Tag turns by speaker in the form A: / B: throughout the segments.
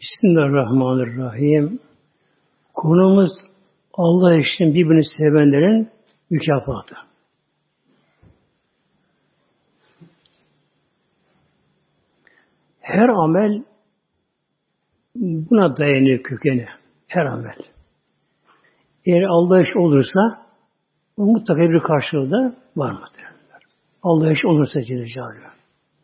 A: Bismillahirrahmanirrahim. Konumuz Allah için birbirini sevenlerin mükafatı. Her amel buna dayanıyor kökeni. Her amel. Eğer Allah iş olursa o mutlaka bir karşılığı da var mıdır? Allah iş olursa Celle Celaluhu.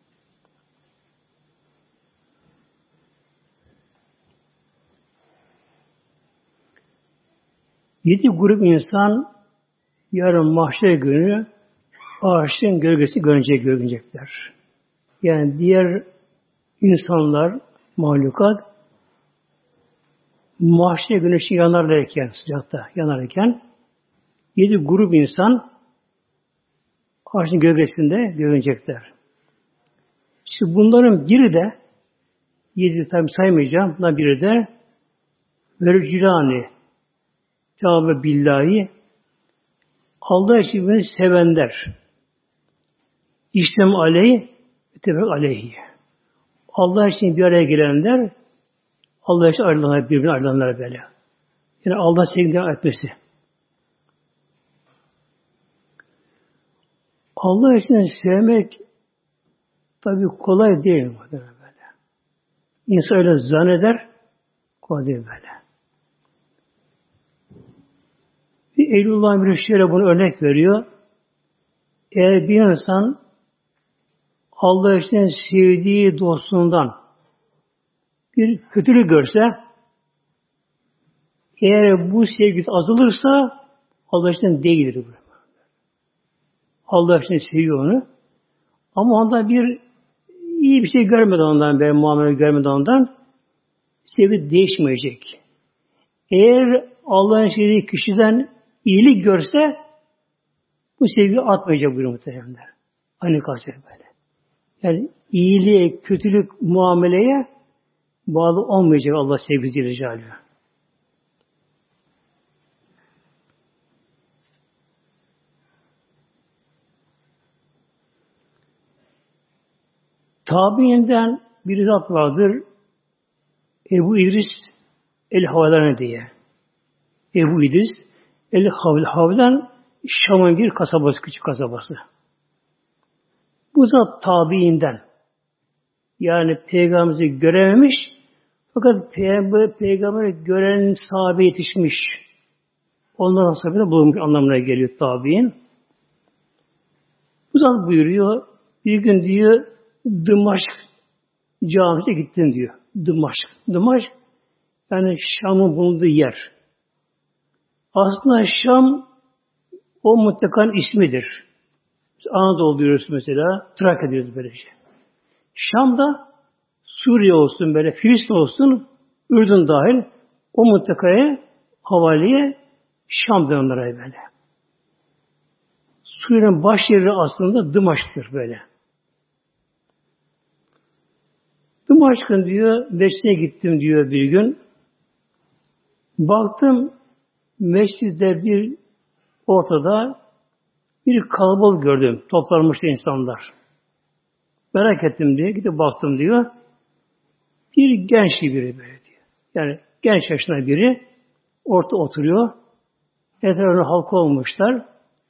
A: Yedi grup insan yarın mahşer günü ağaçın gölgesi görecekler. Yani diğer insanlar, mahlukat mahşer güneşi yanarlarken, sıcakta yanarken yedi grup insan ağaçın gölgesinde görecekler. Şimdi bunların biri de yedi tabi saymayacağım. Bundan biri de Vercilani Tevbe billahi Allah için beni sevenler. İşlem aleyh ve tebek aleyhi. Allah için bir araya gelenler Allah için ayrılanlar, birbirine ayrılanlar böyle. Yani Allah sevginden etmesi. Allah için sevmek tabi kolay değil böyle. İnsan öyle zanneder, kolay değil böyle. Eylullah bir şöyle bunu örnek veriyor. Eğer bir insan Allah için sevdiği dostundan bir kötülük görse, eğer bu sevgisi azalırsa Allah için değildir. Allah için seviyor onu. Ama ondan bir iyi bir şey görmeden ondan, bir muamele görmeden ondan sevgi değişmeyecek. Eğer Allah'ın sevdiği kişiden iyilik görse bu sevgi atmayacak buyuruyor muhteremler. Aynı karşı böyle. Yani iyiliğe, kötülük, muameleye bağlı olmayacak Allah sevgisi rica ediyor. Tabiinden bir zat vardır. Ebu İdris el-Havlani diye. Ebu İdris el-Havlan Şam'ın bir kasabası, küçük kasabası. Bu zat tabiinden. Yani Peygamber'i görememiş fakat Peygamber'i gören sahabe yetişmiş. Onların sahabede bulunmuş anlamına geliyor tabiin. Bu zat buyuruyor. Bir gün diyor Dımaşk camisine gittin diyor. Dımaşk yani Şam'ın bulunduğu yer. Aslında Şam o muttakan ismidir. Biz Anadolu diyoruz mesela, Trakya diyoruz böylece. Şam'da Suriye olsun, böyle Filistin olsun, Ürdün dahil o muttakaya, havaliye Şam dönemleri böyle. Suriye'nin baş yeri aslında Dımaşk'tır böyle. Dımaşk'ın diyor, mescide gittim diyor bir gün. Baktım mescitte bir ortada bir kalabalık gördüm. Toplanmıştı insanlar. Merak ettim diye gidip baktım diyor. Bir genç biri böyle diyor. Yani genç yaşında biri orta oturuyor. Etrafına halka olmuşlar.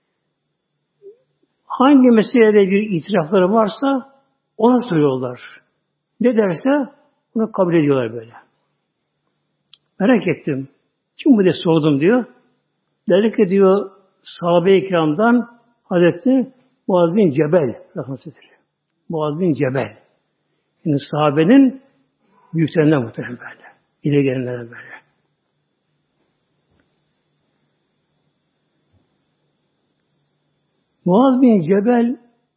A: Hangi meselede bir itirafları varsa ona soruyorlar. Ne derse onu kabul ediyorlar böyle. Merak ettim. Kim bu diye sordum diyor. Dedi ki diyor sahabe-i kiramdan Hazreti Muaz bin Cebel Muaz bin Cebel. Yani sahabenin büyüklerinden muhtemelen böyle. İleri gelenlerden böyle. Muaz bin Cebel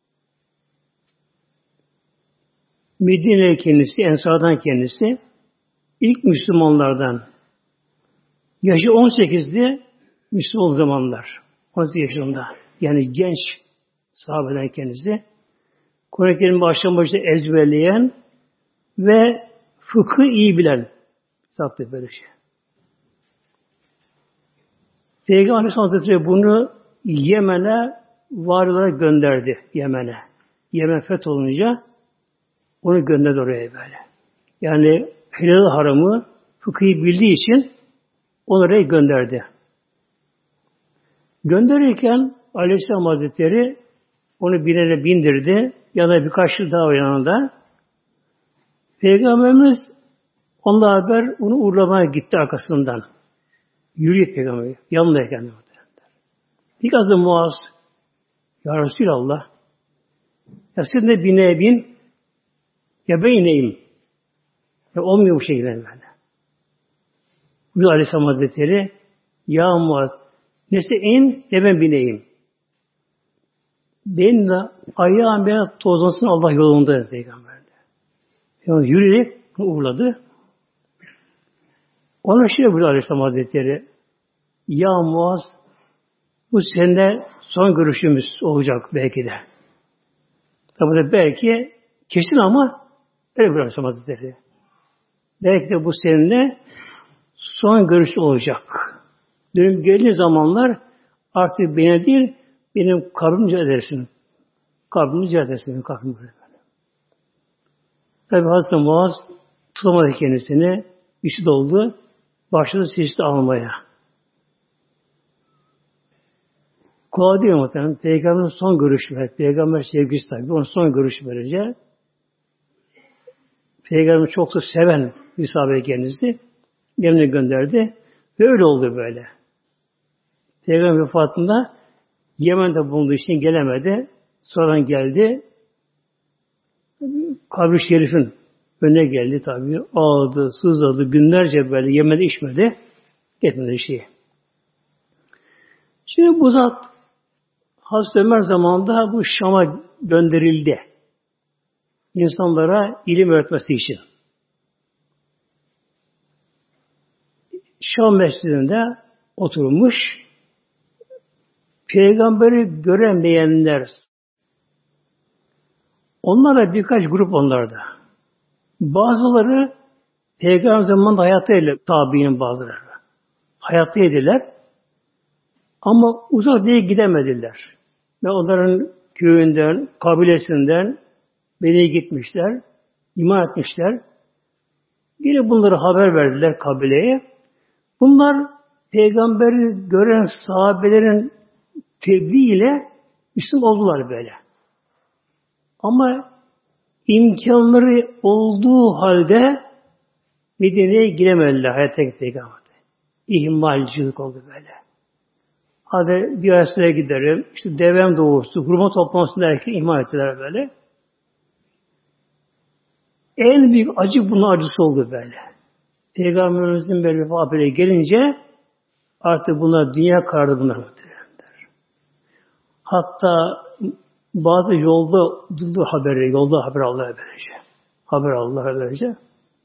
A: Medine'li kendisi, Ensar'dan kendisi ilk Müslümanlardan. Yaşı 18'di Müslüman zamanlar. 18 yaşında. Yani genç sahabeden kendisi. Kur'an-ı Kerim'i baştan başta ezberleyen ve fıkhı iyi bilen zaten böyle şey. Peygamber Aleyhisselam Hazretleri bunu Yemen'e var olarak gönderdi. Yemen fetholunca onu gönderdi oraya böyle. Yani helal haramı, fıkıhı bildiği için onu oraya gönderdi. Gönderirken Aleyhisselam Hazretleri onu birine bindirdi. Yanında birkaç daha var yanında. Peygamberimiz onunla haber onu uğurlamaya gitti arkasından. Yürüyüp Peygamber. Yanındayken. Biraz da Muaz, ya Resulallah, ya sen de bineğe bin, ya ben ineyim. Ya olmuyor bu şekilde böyle. Buyur Aleyhisselam Hazretleri, ya Muaz, neyse in, ya ben bineyim. Benim de ayağım biraz tozlansın Allah yolunda Peygamber. Yani yürüyerek uğurladı. Ona şey buyurdu Aleyhisselam Hazretleri, ya Muaz, bu seninle son görüşümüz olacak belki de. Tabi de belki kesin ama öyle buyurdu Aleyhisselam Hazretleri. Belki de bu seninle son görüş olacak. Dönüp geldiği zamanlar artık beni değil, benim kabrımı rica edersin. Kabrımı rica edersin. Kabrımı böyle. Tabi Hazreti Muaz tutamadı kendisini. İçi doldu. Başladı secde almaya. Kolay değil muhtemelen. Peygamberin son görüşü ver. Peygamber sevgisi tabi. Onun son görüşü verince Peygamber çok da seven bir sahabe kendisi. Yemin'e gönderdi. Ve öyle oldu böyle. Peygamber vefatında Yemen'de bulunduğu için gelemedi. Sonradan geldi. Kabri Şerif'in önüne geldi tabii. Ağladı, sızladı. Günlerce böyle yemedi, içmedi. Gitmedi şeyi. Şimdi bu zat Hazreti Ömer zamanında bu Şam'a gönderildi. İnsanlara ilim öğretmesi için. Şam mescidinde oturmuş. Peygamberi göremeyenler, onlara birkaç grup onlarda. Bazıları Peygamber zamanında hayattaydı, tabiinin bazıları. Hayattaydılar. Ama uzak diye gidemediler. Ve onların köyünden, kabilesinden Medine'ye gitmişler, iman etmişler. Yine bunları haber verdiler kabileye. Bunlar Peygamberi gören sahabelerin tebliğiyle Müslüman oldular böyle. Ama imkanları olduğu halde Medine'ye giremediler hayattaki Peygamber. İhmalcilik oldu böyle. Hadi bir arasına giderim, işte devem doğursu, hurma toplamasını derken ihmal ettiler böyle. En büyük acı bunun acısı oldu böyle. Peygamberimizin böyle bir haberi gelince artık bunlar dünya karardı bunlar muhtemelen. Hatta bazı yolda duyduğu haberi, yolda haber Allah'a böylece. Haber Allah'a böylece.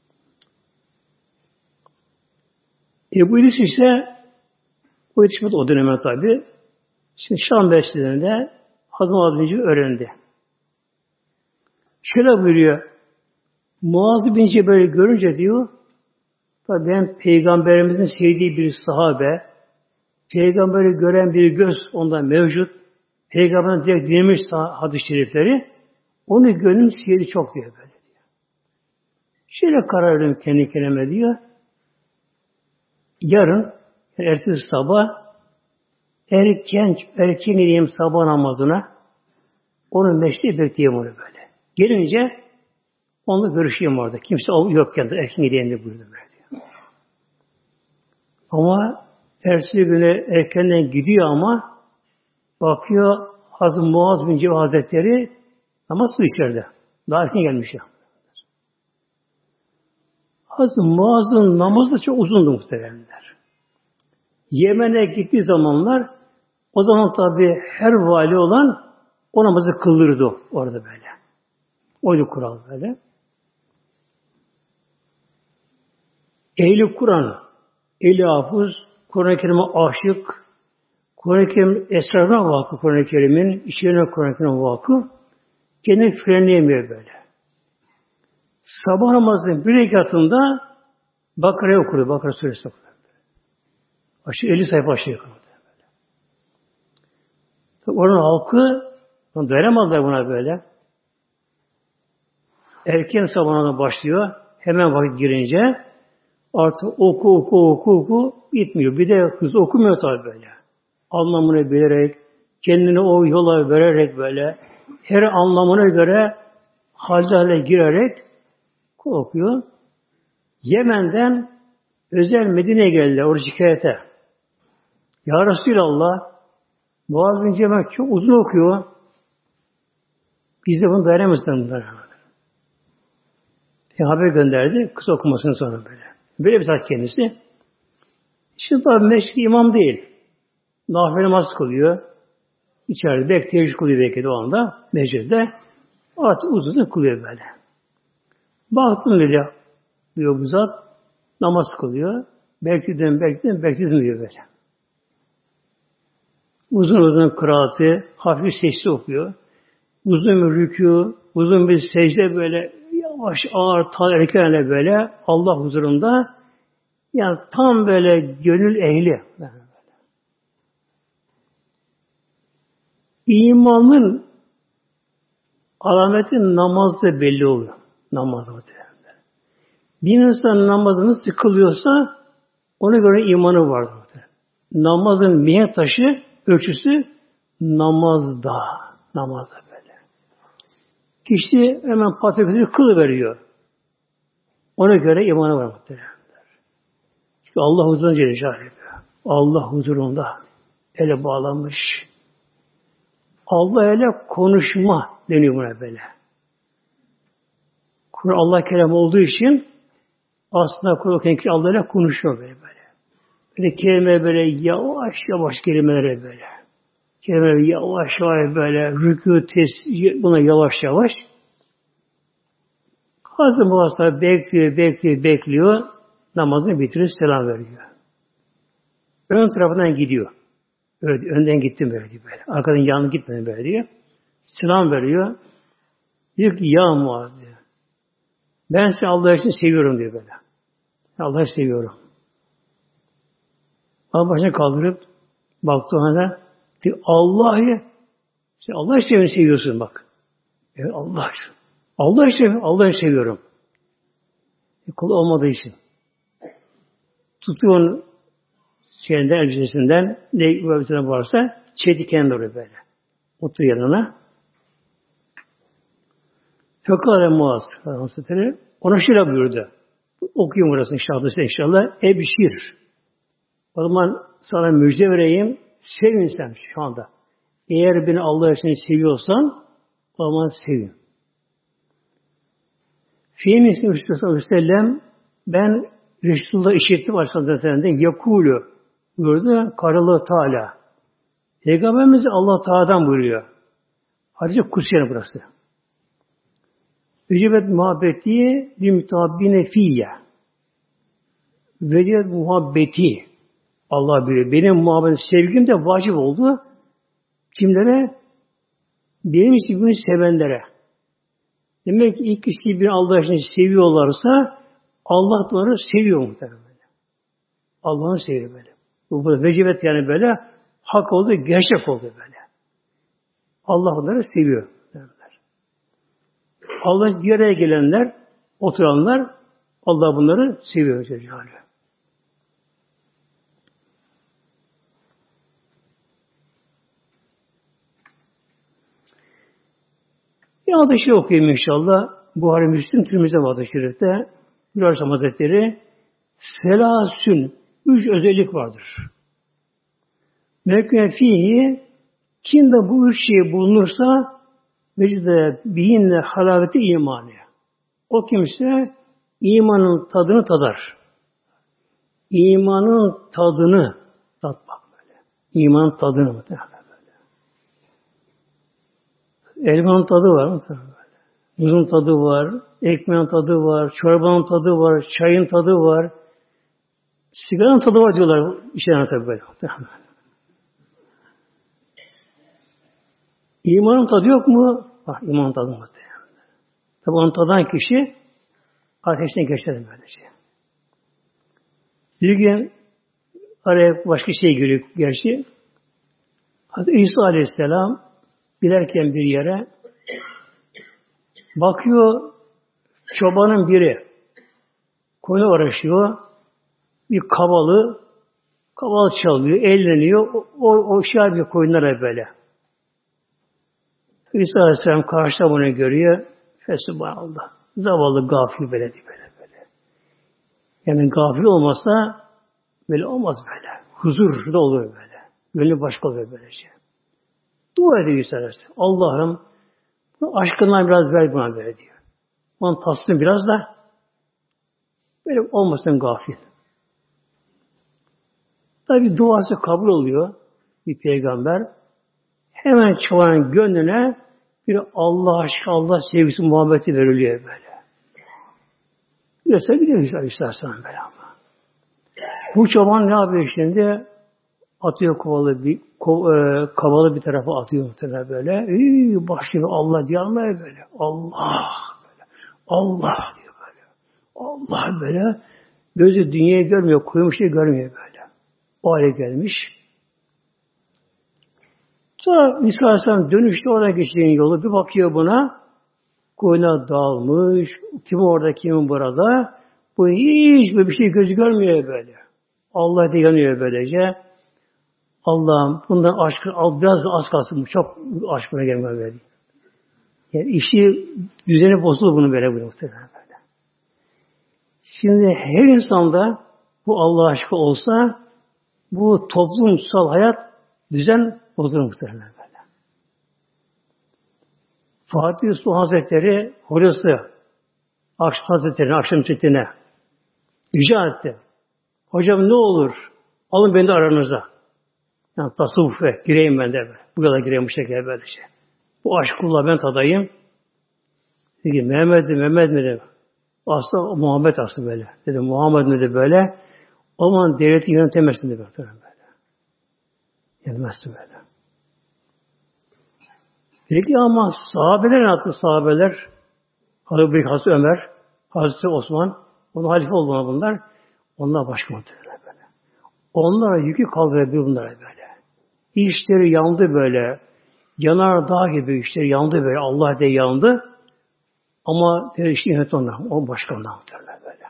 A: Ebu İlis ise o yetişmedi o döneme tabi. Şimdi Şam mescidinde Hazım Abici öğrendi. Şöyle buyuruyor. Muaz bin Cebel'i görünce diyor, tabi ben Peygamberimizin sevdiği bir sahabe, Peygamberi gören bir göz onda mevcut, Peygamber'in direkt dinlemiş hadis-i şerifleri, onu gönlüm sevdi çok diyor böyle diyor. Şöyle karar verdim kendi kendime diyor. Yarın, ertesi sabah, erken gideyim sabah namazına, onun meşri bekleyeyim onu böyle. Gelince, onunla görüşeyim orada. Kimse yokken de erken gideyim de buyurdu böyle diyor. Ama ertesi güne erkenden gidiyor ama bakıyor Hazreti Muaz bin Cebel Hazretleri namaz kılıyor içeride. Daha erken gelmiş ya. Hazreti Muaz'ın namazı da çok uzundu muhtemelenler. Yemen'e gittiği zamanlar o zaman tabi her vali olan o namazı kıldırdı orada böyle. Oydu kural böyle. Ehli Kur'an, ehli hafız, Kur'an-ı Kerim'e aşık, Kur'an-ı Kerim'in esrarına vakıf, Kur'an-ı Kerim'in içine Kur'an-ı Kerim'e vakıf, kendini frenleyemiyor böyle. Sabah namazının bir rekatında Bakara'yı okuyor, Bakara suresi okuyor. Aşağı 50 sayfa aşağı yukarı. Oranın halkı dayanamadılar buna böyle. Erken sabahına başlıyor. Hemen vakit girince artık oku bitmiyor. Bir de hız okumuyor tabi böyle. Anlamını bilerek, kendini o yola vererek böyle, her anlamına göre hale girerek okuyor. Yemen'den özel Medine'ye geldiler, orada şikayete. Ya Resulallah, Muaz bin Cebel çok uzun okuyor. Biz de bunu dayanamayız bunlara. Haber gönderdi, kısa okumasını sonra böyle. Böyle bir zat kendisi. Şimdi tabi meşgul imam değil. Nafile namaz kılıyor. İçeride bekleyici kılıyor belki de o anda. Mecliste. Artık uzun kılıyor böyle. Baktım böyle diyor bu zat namaz kılıyor. Bekledim diyor böyle. Uzun kıraatı, hafif sesli okuyor. Uzun bir rükû, uzun bir secde böyle yavaş ağır hareketlerle böyle Allah huzurunda yani tam böyle gönül ehli. İmanın alameti namazda belli oluyor. Namazda. Bir insan namazını sıkılıyorsa ona göre imanı vardır. Namazın mihenk taşı, ölçüsü namazda. Namazda böyle. Kişi hemen patrikleri kılıveriyor. Ona göre imanı var muhtemelen. Çünkü Allah huzurunda Celle Celaluhu. Allah huzurunda ele bağlanmış. Allah ile konuşma deniyor buna böyle. Kur'an Allah kelamı olduğu için aslında Kur'an Allah ile konuşuyor böyle. Böyle kelime böyle yavaş kelimeler böyle. Kelimeler yavaş böyle rükû buna yavaş. Hazreti Muaz bekliyor. Namazını bitiriyor, selam veriyor. Ön tarafından gidiyor. Önden gittim böyle. Arkadan yanına gitmedim böyle diyor. Selam veriyor. Diyor ki ya Muaz diyor. Ben seni Allah için seviyorum diyor böyle. Allah'ı seviyorum. Allah başına kaldırıp baktı ona diyor Allah'ı sen Allah'ı seviyorsun bak. Evet Allah'ı seviyorum. Kulu olmadığı için. Tutuyor onu şeyinden, elbisesinden ne varsa çetiken doğru böyle. Oturuyor yanına. Fekâle Muaz ona şöyle buyurdu. Okuyayım burasını inşallah. Ebşir. O zaman sana müjde vereyim. Sevin sen şu anda. Eğer beni Allah için seviyorsan o zaman sevin. Fîhî sallallahu aleyhi ve sellem ben Resulullah işittim Aleyhisselatü Yakûlü buyurdu Karallahu Teala. Peygamberimiz Allah Teala'dan buyuruyor. Hadis-i Kutsi'ye burası. Vecibet muhabbeti bir mütabbine fiyye. Vecibet muhabbeti Allah buyuruyor. Benim muhabbetim, sevgim de vacip oldu. Kimlere? Benim için bunu sevenlere. Demek ki ilk kişiyi bir Allah için seviyorlarsa Allah da onları seviyor muhtemelen. Allah'ını seviyor böyle. Bu vecibet yani böyle hak oldu, gerçek oldu böyle. Allah onları seviyor. Allah bir araya gelenler, oturanlar Allah bunları seviyor. Bir adı okuyayım inşallah. Buhari Müslim Tirmizi var Şerif'te. Güler Hazretleri Selasün 3 özellik vardır. Mekûne fihi kim de bu 3 şey bulunursa vecide bihinle halaveti imanı. O kimse imanın tadını tadar. İmanın tadını tatmak böyle. İmanın tadını muhtemelen böyle. Elmanın tadı var muhtemelen böyle. Muzun tadı var, ekmeğin tadı var, çorbanın tadı var, çayın tadı var. Sigaranın tadı var diyorlar. İşte tabii böyle. İmanın tadı yok mu? Bak imanın tadı var. Tabi onu tadan kişi ateşten geçer böylece. Bir gün araya başka şey giriyor gerçi. Hazreti İsa Aleyhisselam giderken bir yere bakıyor çobanın biri Koyuna uğraşıyor. Bir kaval çalıyor, eğleniyor. O şey yapıyor koyunlara böyle. İsa Aleyhisselam karşıda bunu görüyor. Fesubhanallah. Zavallı gafil böyle. Yani gafil olmasa böyle olmaz böyle. Huzur da olur böyle. Gönlü başka oluyor böylece. Dua ediyor İsa Aleyhisselam. Allah'ım aşkından biraz ver buna böyle diyor. Onun tatsın biraz da böyle olmasın gafil. Tabi duası kabul oluyor bir peygamber. Hemen çoğanın gönlüne bir Allah aşkı, Allah sevgisi, muhabbeti veriliyor böyle. Yoksa gidiyor istersen böyle ama. Bu çoban ne yapıyor şimdi? Atıyor kavalı bir tarafa atıyor muhtemelen böyle. Başlıyor Allah diye anlıyor böyle. Allah böyle. Allah diyor böyle. Allah böyle. Gözü dünyayı görmüyor, koymuş şey görmüyor böyle. O hale gelmiş. Sonra İsa Aleyhisselam dönüşte orada geçtiğin yolu bir bakıyor buna. Koyuna dağılmış. Kim orada, kimin burada. Bu hiç bir şey gözü görmüyor böyle. Allah diye yanıyor böylece. Allah'ım bundan aşkı al, biraz da az kalsın. Çok aşkına gelme böyle. Yani işi düzeni bozulur bunu böyle muhtemelen böyle. Şimdi her insanda bu Allah aşkı olsa bu toplumsal hayat düzen bozulur muhtemelen böyle. Fatih Sultan Hazretleri hocası Hazretleri'nin akşam çetine rica etti. Hocam ne olur alın beni de aranıza. Yani tasavvufe gireyim ben de böyle. Bu yola gireyim bu şekilde böyle şey. Bu aşkulla ben tadayım. Dedi Mehmet mi dedi. Aslında Muhammed aslında böyle. Dedi Muhammed mi dedi böyle. O zaman devleti yönetemezsin dedi böyle. Yönetemezsin böyle. Peki ama sahabeler ne yaptı sahabeler? Hazreti Ömer, Hazreti Osman, onun halife olduğuna bunlar. Onlar başka muhtemelen böyle. Onlara yükü kaldırabilir bunlara böyle. İşleri yandı böyle. Yanar dağ gibi işleri yandı böyle. Allah diye yandı. Ama işte yönet onlar. O başka ondan muhtemelen böyle.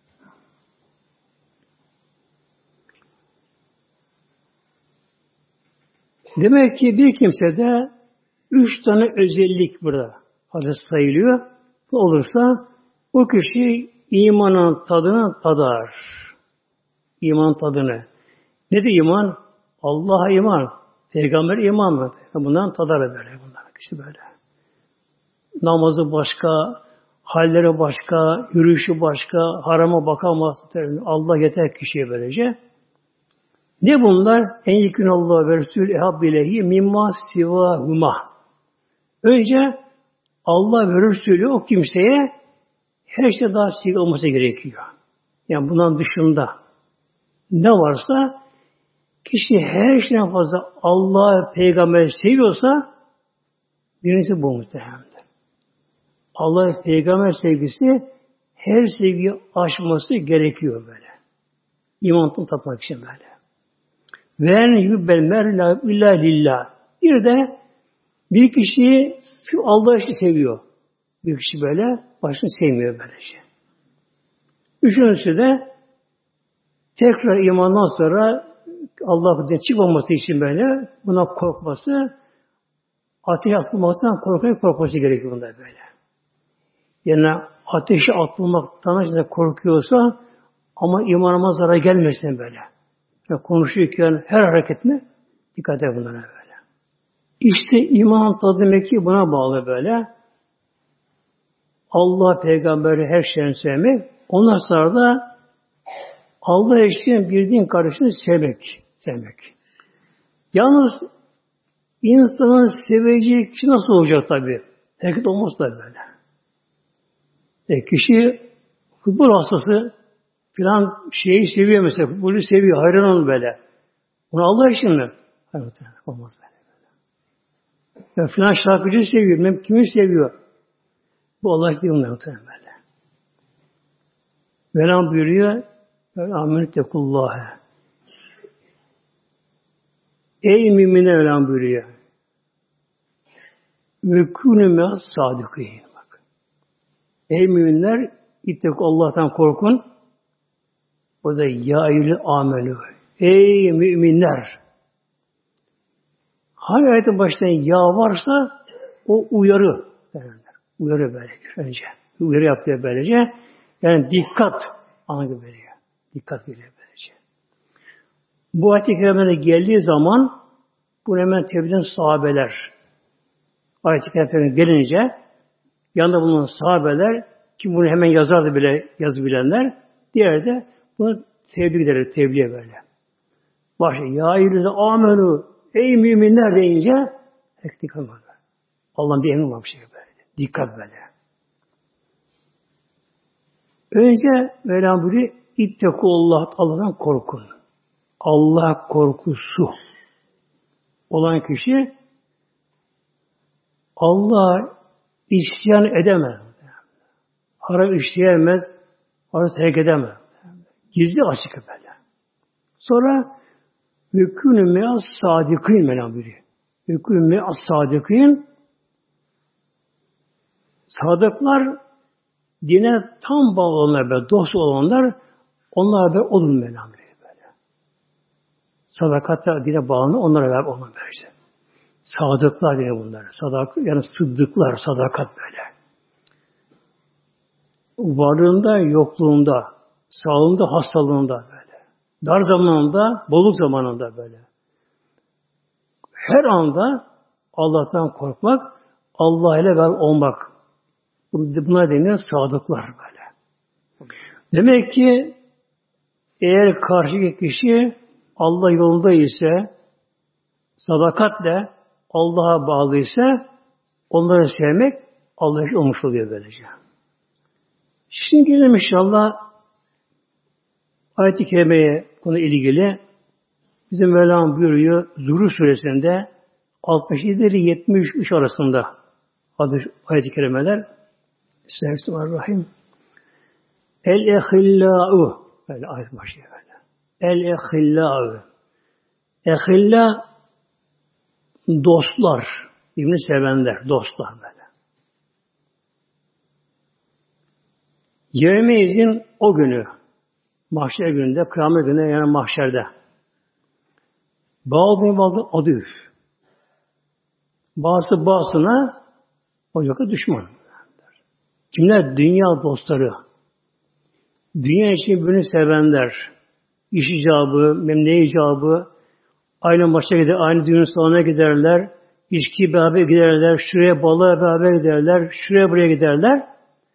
A: Demek ki bir kimsede 3 tane özellik burada hazır sayılıyor. Ne olursa o kişi imanın tadını tadar. İman tadını. Nedir iman? Allah'a iman. Peygamber iman mı? Bundan tadar böyle. Bunlar kişi böyle. Namazı başka, halleri başka, yürüyüşü başka, harama bakamaz. Allah yeter kişiye böylece. Ne bunlar? En yakın Allah ve Resul ehabbilehi mimma sivahuma. Önce Allah ve Resulü o kimseye her şey daha sevgi olması gerekiyor. Yani bundan dışında ne varsa kişi her şeyden fazla Allah Peygamber'i seviyorsa birincisi bu muhtemelen. Allah Peygamber sevgisi her sevgiyi aşması gerekiyor böyle. İmanını tapmak için böyle. Ve yubbel merla illa lillah. Bir de bir kişiyi Allah için seviyor. Bir kişi böyle başını sevmiyor böylece. Üçüncüsü de tekrar imandan sonra Allah'ın çıkmaması için böyle buna korkması, ateşe atılmaktan korkması gerekiyor bunda böyle. Yani ateşe atılmaktan korkuyorsa ama imanıma zarar gelmesin böyle. Yani konuşurken her hareketine dikkat et bunlara böyle. İşte iman tadı demek ki buna bağlı böyle. Allah peygamberi her şeyin sevmek. Ondan sonra da Allah için bir din kardeşini sevmek. Yalnız insanın seveceği kişi nasıl olacak tabi? Herkes olmaz da böyle. Kişi futbol hastası filan şeyi seviyor mesela. Futbolu seviyor. Hayran onu böyle. Bunu Allah için mi? Hayır, olmaz böyle. Ya filan şarkıcı seviyor. Kimi seviyor? Bu Allah için muhtemelen böyle. Mevlam buyuruyor Amenüttekullâhe. Ey müminler Mevlam buyuruyor. Ve kûnü me'as sâdikîn. Ey müminler, itteku Allah'tan korkun. O da ya eyyühel amenü. Ey müminler! Hangi ayetin başında ya varsa o uyarı derler. Uyarı böyle önce. Uyarı yapıyor böylece. Yani dikkat anlamı veriyor. Dikkat veriyor böylece. Bu ayet-i kerimede geldiği zaman bunu hemen tevhid eden sahabeler ayet-i kerimede gelince yanında bulunan sahabeler ki bunu hemen yazardı bile yazı bilenler diğer de bunu tebliğ eder, tebliğ böyle. Başka ya eyyühel amenü ey müminler deyince dikkat var. Allah'ın bir emri var bir şey böyle. Dikkat böyle. Önce Mevlam buyuruyor İttekullah Allah'tan korkun. Allah korkusu olan kişi Allah isyan edemez. Haram işleyemez, haram terk edemez. Gizli açık böyle. Sonra Hükûnü me'as sâdikîn Mevlam buyuruyor. Hükûnü me'as sâdikîn sadıklar dine tam bağlı olanlar böyle, dost olanlar onlara böyle olun Mevlam buyuruyor böyle. Sadakatta dine bağlı onlara böyle olun böyle. Sadıklar diye bunlar. Yani sıddıklar, sadakat böyle. Varlığında, yokluğunda, sağlığında, hastalığında böyle. Dar zamanında, bolluk zamanında böyle. Her anda Allah'tan korkmak, Allah ile beraber olmak. Buna deniyor sadıklar böyle. Demek ki eğer karşıdaki kişi Allah yolunda ise, sadakatle Allah'a bağlı ise onları sevmek Allah'a iş olmuş oluyor böylece. Şimdi gelelim inşallah ayet-i kerimeye konu ilgili bizim Mevlam buyuruyor Zuhruf suresinde 67 ile 73 arasında ayet-i kerimeler. Bismillahirrahmanirrahim. El-ehillâ'u böyle ayet başlıyor böyle. El-ehillâ'u ehillâ dostlar, birbirini sevenler, dostlar böyle. Yevmeyizin o günü, mahşer gününde, kıyamet gününde yani mahşerde. Bazı adüf. Bazısına o yaka düşman. Kimler? Dünya dostları. Dünya için birbirini sevenler. İş icabı, memle icabı, aynı başa gider, aynı düğün salonuna giderler, içki beraber giderler, şuraya balığa beraber giderler, şuraya buraya giderler.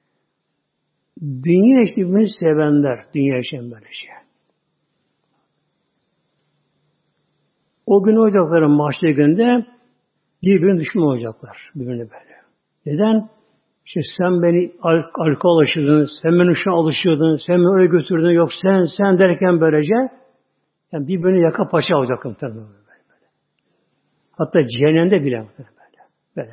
A: Dünya için birbirini sevenler, dünya için böyle şey. O gün olacakların mahşer günde birbirine düşman olacaklar, birbirine böyle. Neden? İşte sen beni alkol alıştırdın, sen beni şuna alıştırdın, sen beni öyle götürdün, yok sen derken böylece yani birbirini yaka paça olacaklar tabii böyle. Hatta cehennemde bile böyle.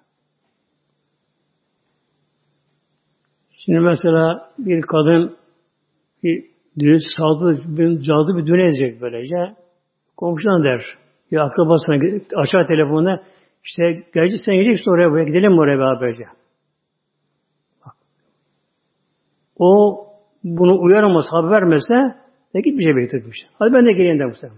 A: Şimdi mesela bir kadın bir düğün cazı bir düğün edecek böylece. Komşudan der. Ya akrabasına açar telefonuna işte gelecek sen gideceksin oraya buraya gidelim mi oraya beraberce. O bunu uyaramaz, haber vermese gitmeyecek bekletmiş. Hadi ben de geleyim de bu sefer.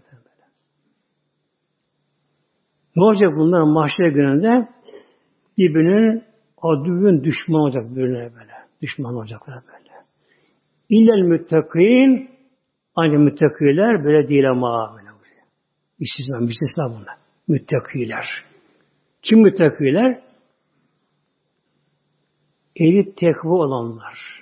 A: Ne olacak bunların mahşer gününde? Birbirinin adüvün düşman olacak birbirine böyle. Düşman olacaklar böyle. İllel müttakîn ancak müttakiler böyle değil ama böyle. İstisna bunlar. Müttakiler. Kim müttakiler? Ehli tekva olanlar.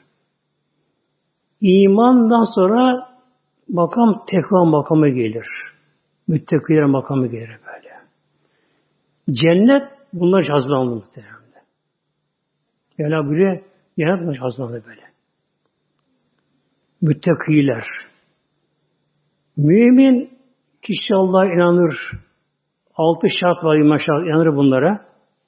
A: İmandan sonra makam tekva makamı gelir. Müttakiler makamı gelir böyle. Cennet bunlar için hazırlandı muhtemelen. Yani böyle cennet bunlar için hazırlandı böyle. Müttakiler. Mümin kişi Allah'a inanır. 6 şart var iman şart. İnanır bunlara.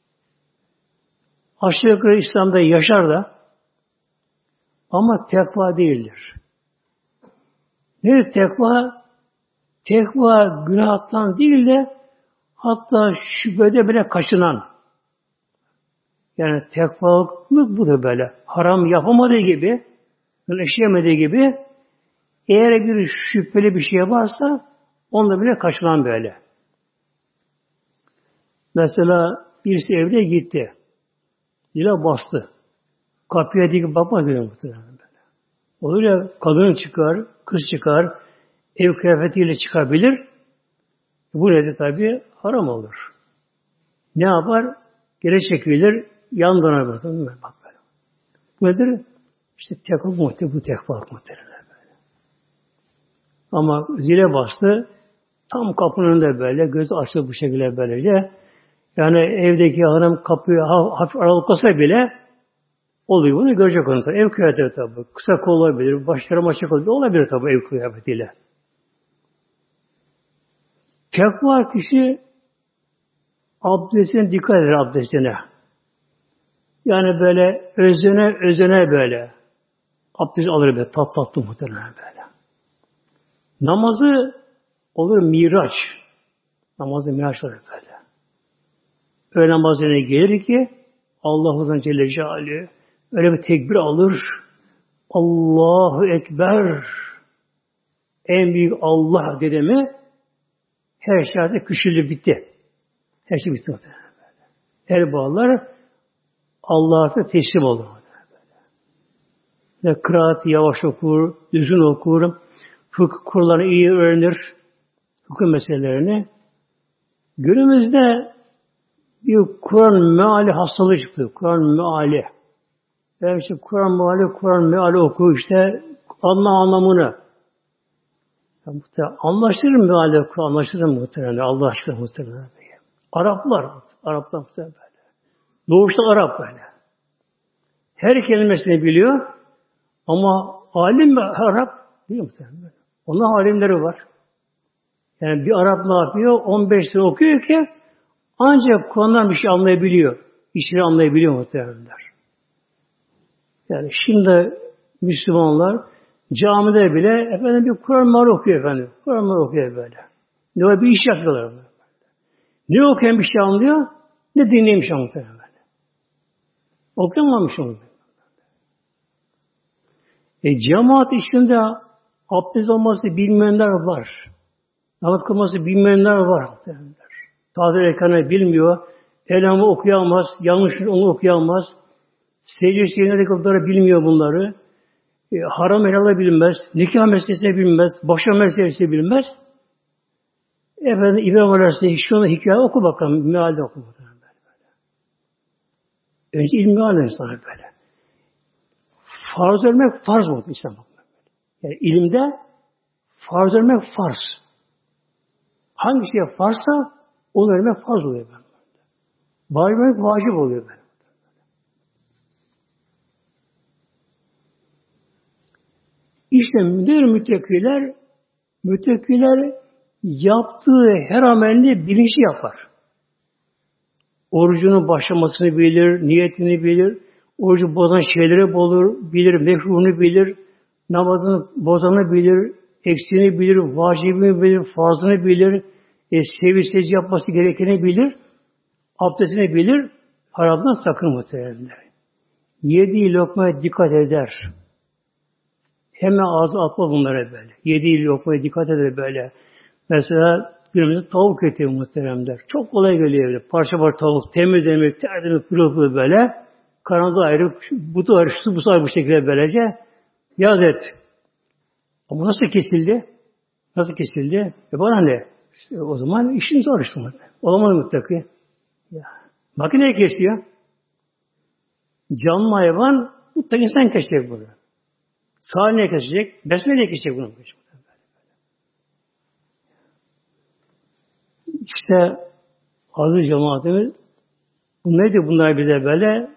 A: Aşağı yukarı İslam'da yaşar da ama tekva değildir. Nedir tekva? Tekva günahtan değil de hatta şüphede bile kaçınan. Yani tekvalık bu da böyle. Haram yapamadığı gibi, işleyemediği gibi Eğer bir şüpheli bir şey varsa onda bile kaçılan böyle. Mesela birisi evde gitti. Zile bastı. Kapıya dikip bakmaz bile muhtemelen böyle. Olur ya kadın çıkar, kız çıkar, ev kıyafetiyle çıkabilir. Bu nedir tabi? Haram olur. Ne yapar? Geri çekilir, yan döner bak böyle. Bu nedir? İşte tekva muhtemelen, bu tekva muhtemelen böyle. Ama zile bastı, tam kapının önünde böyle, gözü açtı bu şekilde böylece. Yani evdeki hanım kapıyı hafif aralıklasa bile oluyor. Bunu görecek onu tabi. Ev kıyafeti tabi. Kısa kol olabilir, başları açık olabilir tabi ev kıyafetiyle. Tekva kişi abdestine dikkat eder abdestine. Yani böyle özene böyle. Abdest alır böyle tatlı muhtemelen böyle. Namazı olur miraç. Namazı miraç olur böyle. Öyle namazına gelir ki Allah Celle Celaluhu öyle bir tekbir alır. Allahu Ekber. En büyük Allah dedi mi her şey artık küçüldü bitti. Her şey bitti. El bağlar Allah'a artık teslim olur. Ve kıraati yavaş okur, düzgün okur, fıkıh kurallarını iyi öğrenir, fıkıh meselelerini. Günümüzde bir Kur'an meali hastalığı çıktı. Kur'an meali. Yani işte Kur'an meali oku işte anlamını. Anlaşılır mı meali Kur'an? Anlaşılır mı muhtemelen? Allah aşkına muhtemelen. Araplar muhtemelen böyle. Doğuşta Arap böyle. Her kelimesini biliyor ama alim mi Arap? Değil mi muhtemelen? Onun alimleri var. Yani bir Arap ne yapıyor? 15 sene okuyor ki ancak Kur'an'dan bir şey anlayabiliyor. İşini anlayabiliyor muhtemelenler. Yani şimdi Müslümanlar camide bile efendim bir Kur'an meali okuyor efendim. Kur'an meali okuyor böyle. Ne var bir iş yapıyorlar böyle. Ne okuyan bir şey anlıyor, ne dinlemiş muhtemelen. Okuyamamış onu. Cemaat içinde abdest olması bilmeyenler var. Namaz kılması bilmeyenler var. Taze ekranı bilmiyor. Elhamı okuyamaz. Yanlış onu okuyamaz. Secde şeyleri bilmiyor bunları. Haram helalı bilmez. Nikah meselesini bilmez. Boşanma meselesini bilmez. Efendim İbrahim Aleyhisselam şunu hikaye oku bakalım. Mealde oku bakalım. Önce ilmi alem sana böyle. Farz ölmek farz oldu İslam. Yani ilimde farz ölmek farz. Hangi şeye farzsa onu ölmek farz oluyor. Vacip ölmek vacip oluyor. İşte müttekiler yaptığı her amelini bilinçli yapar. Orucunun başlamasını bilir, niyetini bilir, orucu bozan şeyleri bilir, mekruhunu bilir, namazını bozanı bilir, eksiğini bilir, vacibini bilir, farzını bilir, seviyesiz yapması gerekeni bilir, abdestini bilir, haramdan sakın muhtemelenler. Yediği lokmaya dikkat eder. Hemen ağzı atma bunlara böyle. Yediği lokmaya dikkat eder böyle. Mesela günümüzde tavuk eti muhteremler. Çok kolay geliyor öyle. Parça var tavuk, temizlemek, tertemiz, pırıl böyle. Kanadı ayrı, butu ayrı, bu ayrı bu şekilde böylece. Yaz et. Ama nasıl kesildi? Nasıl kesildi? Bana ne? İşte o zaman işin zor işte. Olamaz mutlaka. Makineye kesiyor. Canlı hayvan mutlaka insan kesecek bunu. Sağ kesecek, besmeleyle kesecek bunu. İşte aziz cemaatimiz neydi bunlar bize böyle?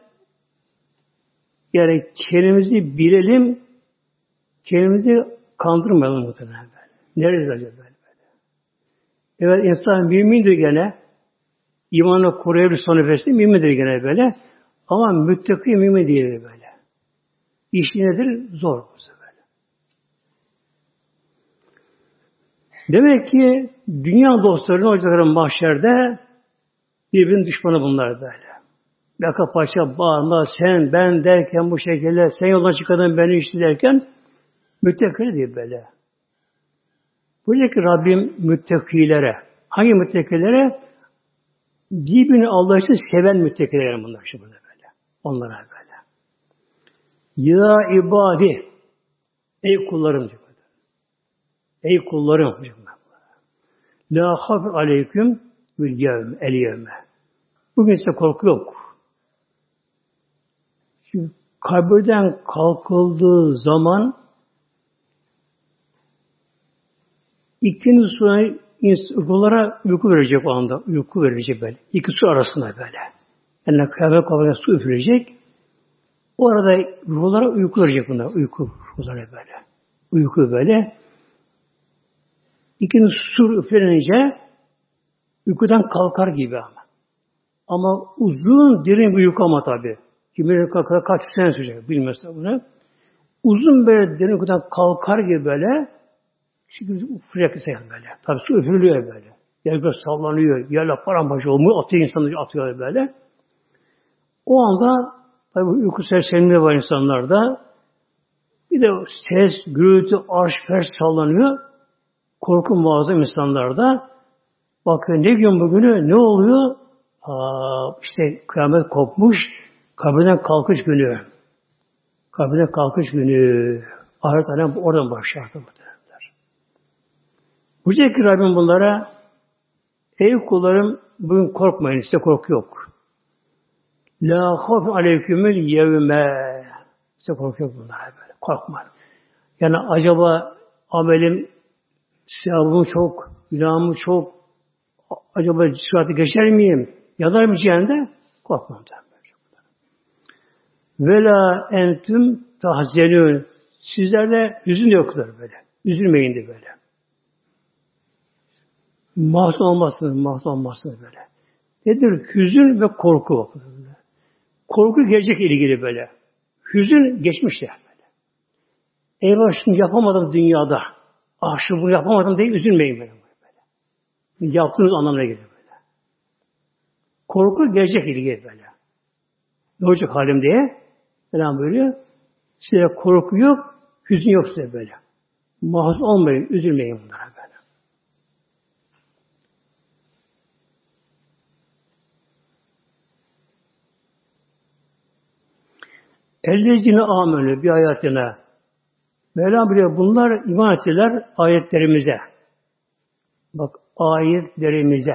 A: Yani kendimizi bilelim, kendimizi kandırmayalım muhtemelen böyle. Nerede acaba böyle? Evet insan mümindir gene. İmanı koruyabilir son nefesinde mümindir gene böyle. Ama müttaki mümin değil böyle. İşi nedir? Zor bu sefer. Demek ki dünya dostlarının hocaların mahşerde birbirinin düşmanı bunlar böyle. Yaka paça bağırma, ben derken bu şekilde, sen yoldan çıkardın beni işte derken müttekili değil böyle. Buradaki Rabbim müttakilere, hangi müttakilere? Birbirini Allah için seven müttakilere bunlar şimdi böyle. Onlara böyle. Ya ibadi, ey kullarım diyor. Ey kullarım diyor. La hafif aleyküm bil yevme, el yevme. Bugün size korku yok. Çünkü kabirden kalkıldığı zaman İkindi sonra ruhlara uyku verecek o anda. Uyku verecek böyle. İki su arasında böyle. Yani kıyamet kabirine su üfürecek. O arada ruhlara uyku verecek bunlar. Uyku ruhlara böyle. Uyku böyle. İkindi su üflenince uykudan kalkar gibi ama. Ama uzun derin bir uyku ama tabi. Kimi kaç sene sürecek bilmezse bunu. Uzun böyle derin uykudan kalkar gibi böyle. Çünkü üfürüyor böyle. Tabi su üfürülüyor böyle. Yer böyle sallanıyor. Yerler paramparça olmuyor. Atıyor insanları atıyor böyle. O anda tabi uyku sersemliği var insanlarda. Bir de ses, gürültü, arş, fers sallanıyor. Korku muazzam insanlarda. Bakıyor ne gün bugünü ne oluyor? İşte kıyamet kopmuş. Kabirden kalkış günü. Kabirden kalkış günü. Ahiret alem oradan başlar. Bu şekilde Rabbim bunlara ey kullarım bugün korkmayın. Size korku yok. La hafif aleykümül yevme. Size korku yok bunlara böyle. Korkmayın. Yani acaba amelim sevabım çok, günahım çok, acaba sıratı geçer miyim? Yanar mı cehennemde? Korkmam da. Vela entüm tahzenün. Sizlerde hüzün yoktur böyle. Üzülmeyin de böyle. Mahzun olmazsınız böyle. Nedir? Hüzün ve korku. Korku gelecek ilgili böyle. Hüzün geçmişte böyle. Eyvah şunu yapamadım dünyada. Şunu bunu yapamadım diye üzülmeyin böyle. Yaptığınız anlamına gelir böyle. Korku gelecek ilgili böyle. Ne olacak halim diye. Falan böyle. Size korku yok, hüzün yok size böyle. Mahzun olmayın, üzülmeyin bunlara böyle. Ellezine amenü bir ayetine. Mevlam biliyor bunlar iman ettiler ayetlerimize. Bak ayetlerimize.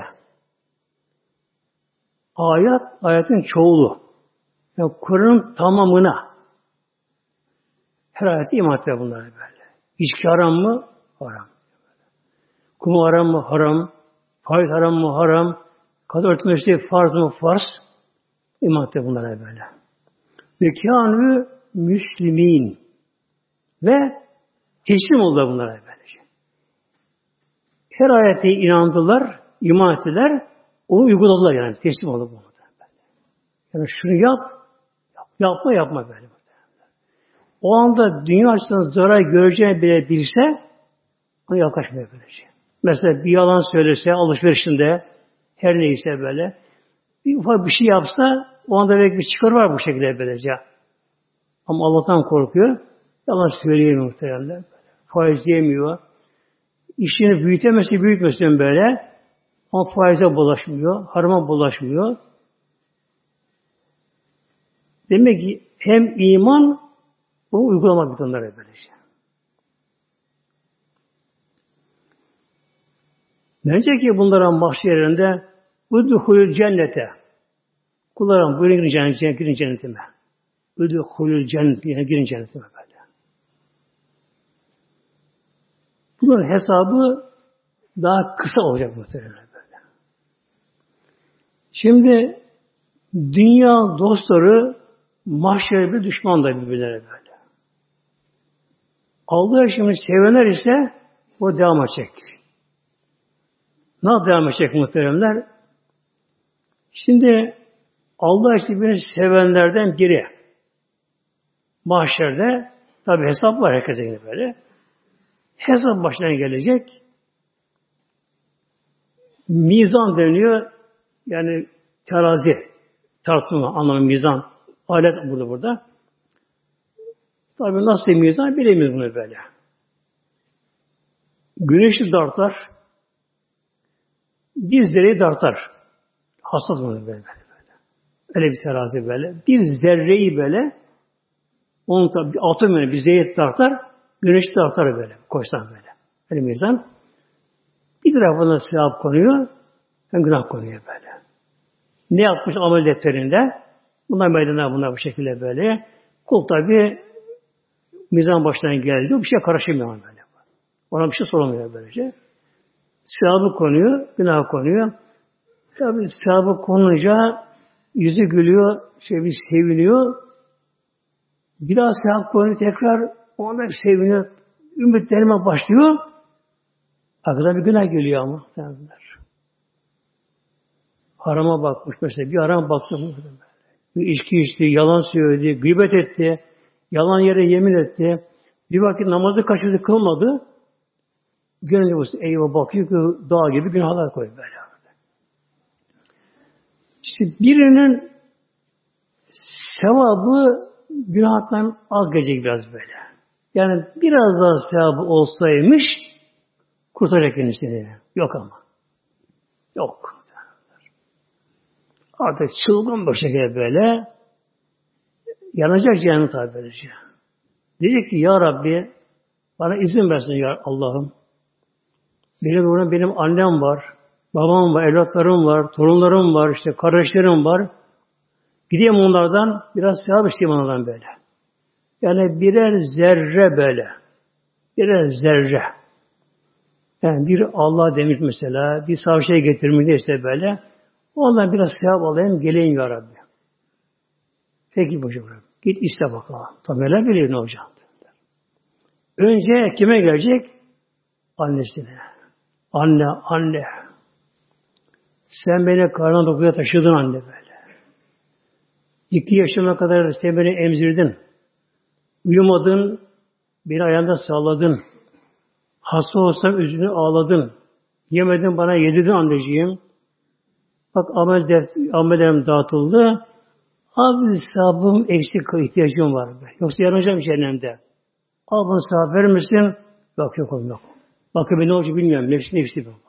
A: Ayetin çoğulu. Yani Kur'an'ın tamamına. Her ayette iman ettiler bunlar böyle. İçki haram mı? Haram. Kumar haram mı? Haram. Faiz haram mı? Haram. Kadın örtmesi farz mı? Farz. İman ettiler bunlara böyle. Ve kânû müslimîn. Ve teslim oldular bunlara böylece. Her ayete inandılar, iman ettiler, onu uyguladılar yani. Teslim oldu bunlara böyle. Yani şunu yapma böyle. O anda dünya açısından zarar göreceğini bile bilse, ona yaklaşmıyor böylece. Mesela bir yalan söylese, alışverişinde, her neyse böyle, bir ufak bir şey yapsa, o anda belki bir çıkar var bu şekilde böylece. Ama Allah'tan korkuyor. Yalan söyleyemiyor muhtemelen. Faiz yemiyor. İşini büyütmesin böyle. Ama faize bulaşmıyor. Harama bulaşmıyor. Demek ki hem iman onu uygulamak bir onlara böylece. Bence ki bunlara mahşerinde udhulul cennete. Kullarım buyurun girin cennetime. Udhulul cennet yani girin cennetime böyle. Bunların hesabı daha kısa olacak muhtemelen böyle. Şimdi dünya dostları mahşerde bir düşman da birbirlerine böyle. Allah'ı şimdi sevenler ise o devam edecek. Nasıl devam edecek muhteremler? Şimdi Allah işte beni sevenlerden biri mahşerde tabi hesap var herkese yine böyle. Hesap başına gelecek. Mizan deniyor. Yani terazi. Tartılma anlamı mizan. Alet burada. Tabi nasıl mizan bilemiyoruz bunu böyle. Güneşi dartar, bir zerreyi dartar. Hassas bunu böyle. Öyle bir terazi böyle. Bir zerreyi böyle, onun tabi atom bir zeyt dartar, güneşi dartar böyle. Koysan böyle. Öyle mizan. Bir tarafına sevap konuyor, sen günah konuyor böyle. Ne yapmış amel defterinde? Bunlar meydana bunlar bu şekilde böyle. Kul tabi mizan başına geldi. Bir şey karışmıyor böyle. Ona bir şey sorulmuyor böylece. Sevabı konuyor, günah konuyor. Tabi sevabı konunca yüzü gülüyor, bir seviniyor. Bir daha sevap konuyor tekrar, ona bir seviniyor. Ümitlerime başlıyor. Arkada bir günah geliyor ama. Harama bakmış mesela. Bir haram baktı. Bir içki içti, yalan söyledi, gıybet etti, yalan yere yemin etti. Bir vakit namazı kaçırdı, kılmadı. Gönlü bu eyvah bakıyor ki dağ gibi günahlar koyuyor böyle. İşte birinin sevabı günahtan az gelecek biraz böyle. Yani biraz daha sevabı olsaymış kurtaracak kendisini. Yok ama. Yok. Artık çılgın bir şekilde böyle yanacak cehennem tabi böylece. Diyecek ki ya Rabbi bana izin versin ya Allah'ım. Benim annem var, babam var, evlatlarım var, torunlarım var, işte kardeşlerim var. Gideyim onlardan biraz sevap isteyeyim onlardan böyle. Yani birer zerre böyle. Birer zerre. Yani bir Allah demiş mesela, bir savşeye getirmiş işte böyle. Ondan biraz sevap alayım, geleyim ya Rabbi. Peki hocam. Git iste bakalım. Tabi neler biliyor ne hocam. Önce kime gelecek? Annesine. Anne. Sen beni karnına dokuya taşıdın anne böyle. 2 yaşıma kadar sen beni emzirdin. Uyumadın, beni ayağında salladın. Hasta olsam üzülü ağladın. Yemedin bana yedirdin anneciğim. Bak amellerim dağıtıldı. Az hesabım eksik ihtiyacım var. Yoksa yanacağım cehennemde. Al bunu sevap verir misin? Yok. Bakın ben ne olacak bilmiyorum. Nefsi bu.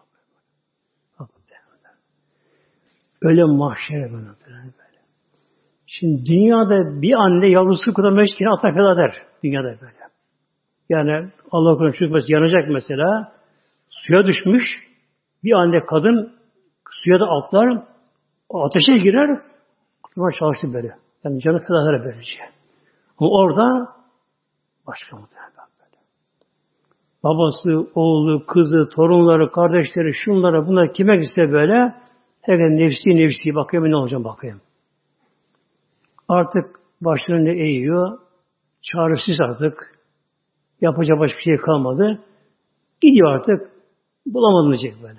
A: Öyle mahşere böyle. Şimdi dünyada bir anne yavrusu kurtarmak için atar feda eder. Dünyada böyle. Yani Allah korusun çocuk yanacak mesela. Suya düşmüş. Bir anne kadın suya da atlar. O ateşe girer. Atlar çalıştı böyle. Yani canı feda eder böylece. Ama orada başka muhtemelen böyle. Babası, oğlu, kızı, torunları, kardeşleri, şunlara bunlar kime gitse böyle herkes nefsi bakıyor. Ne olacağım bakayım. Artık başlarını eğiyor. Çaresiz artık. Yapacak başka bir şey kalmadı. Gidiyor artık. Bulamadım diyecek böyle.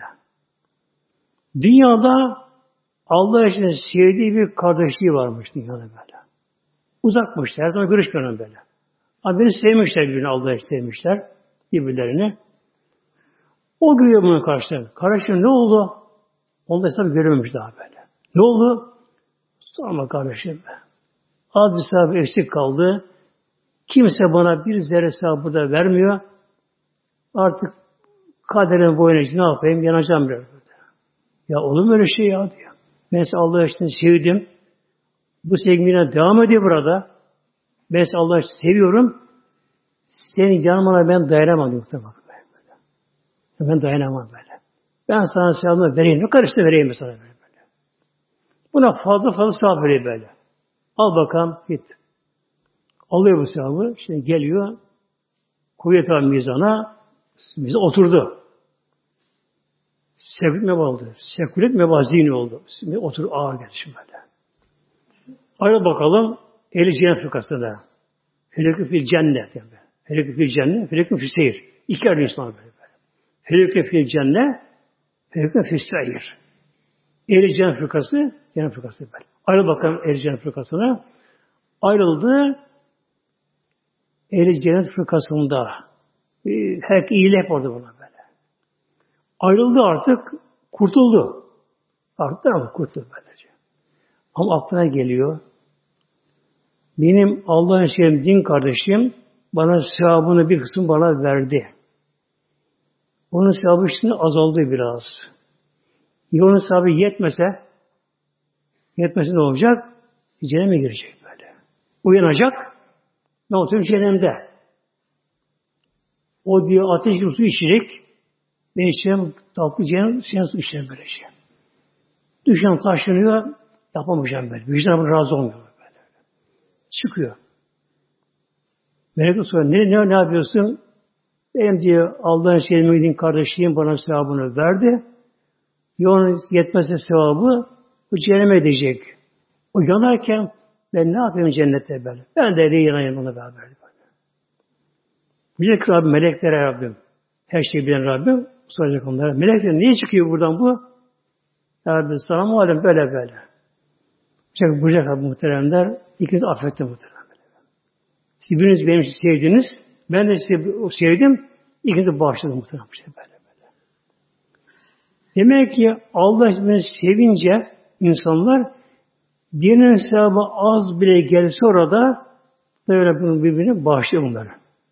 A: Dünyada Allah için sevdiği bir kardeşliği varmış dünyada böyle. Uzakmış. Her zaman görüşmüyorum böyle. Ama beni sevmişler birbirini. Allah için sevmişler. Birbirlerini. O görüyor bunu karşılarına. Kardeşim ne oldu? Onda hesabı görememiş daha böyle. Ne oldu? Sorma kardeşim be. Az bir sevabı eksik kaldı. Kimse bana bir zerre sevabı da vermiyor. Artık kaderin boyunca ne yapayım? Yanacağım biraz. Ya olur mu öyle şey ya diyor. Mesela Allah için sevdim. Bu sevgimine devam ediyor burada. Mesela Allah için seviyorum. Senin canıma ben dayanamam diyor. Ben dayanamam böyle. Ben sana sevabını vereyim. Ne kadar işte vereyim sana böyle. Buna fazla sevap vereyim böyle. Al bakalım git. Alıyor bu sevabı. Şimdi geliyor. Kuvvet al mizana. Mizan oturdu. Sekület mebaz oldu. Sekület mebaz zihni oldu. Şimdi otur ağır geldi şimdi böyle. Ayrıl bakalım. Ehli cennet fırkasında. Felekü fil cennet. Felekü fil cennet. Felekü fil seyir. İki ayrı insan böyle. Felekü fil cennet. Felekü fil seyir. Ehli cennet fırkası. Cennet fırkası böyle. Ayrıl bakalım ehli cennet fırkasına. Ayrıldı. Ehli cennet fırkasında. Her iyilik orada buna böyle. Ayrıldı artık. Kurtuldu. Artık kurtuldu böylece. Ama aklına geliyor. Benim Allah'ın din kardeşim bana sevabını bir kısmı bana verdi. Onun sevabı şimdi azaldı biraz. Onun sevabı yetmese ne olacak? Cehenneme girecek böyle. Uyanacak, ne olacak? Cehennemde. O diyor ateş gibi su içecek, ben içeceğim tatlı cehennem, su içeceğim böylece. Düşen taşınıyor, yapamayacağım böyle. Vicdanım razı olmuyor böyle. Çıkıyor. Melek soruyor, ne yapıyorsun? Benim diyor, Allah'ın sevdiğim kardeşliğim bana sevabını verdi. Onun yetmezse sevabı bu cehenneme edecek. O yanarken ben ne yapayım cennette böyle? Ben de yanayım ona beraber. Bilecek Rabbim, meleklere Rabbim. Her şeyi bilen Rabbim soracak onlara. Melekler niye çıkıyor buradan bu? Rabbim sana malum böyle. Buyacak Rabbim muhteremler. İkiniz affetti muhteremler. Biriniz benim sevdiniz. Ben de sizi sevdim. İkinizi bağışladım muhterem. Böyle. Demek ki Allah beni sevince insanlar birinin sevabı az bile gelse orada böyle bunu birbirine bağışlıyor bunları.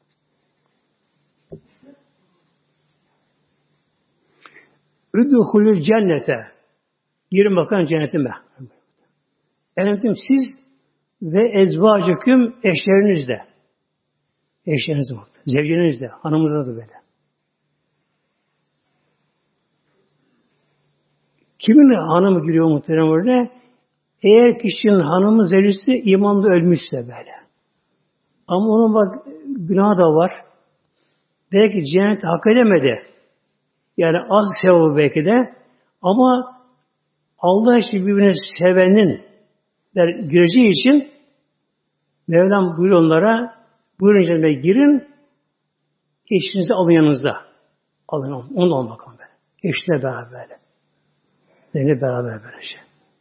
A: Üdhulül cennete. Girin bakalım cennetime. Efendim siz ve ezvacıküm eşlerinizle. Eşlerinizle. Zevcinizle. Hanımızla da böyle. Kimin hanımı giriyor muhterem orada? Eğer kişinin hanımı zevcisi imanda ölmüşse böyle. Ama onun bak günahı da var. Belki cenneti hak edemedi. Yani az sevabı belki de. Ama Allah için birbirini sevenin gireceği için Mevlam buyuruyor onlara, buyurun cennete girin, eşinizi alın yanınızda. Alın onu alın bakalım böyle. Eşine beraber böyle. Seninle beraber böylece.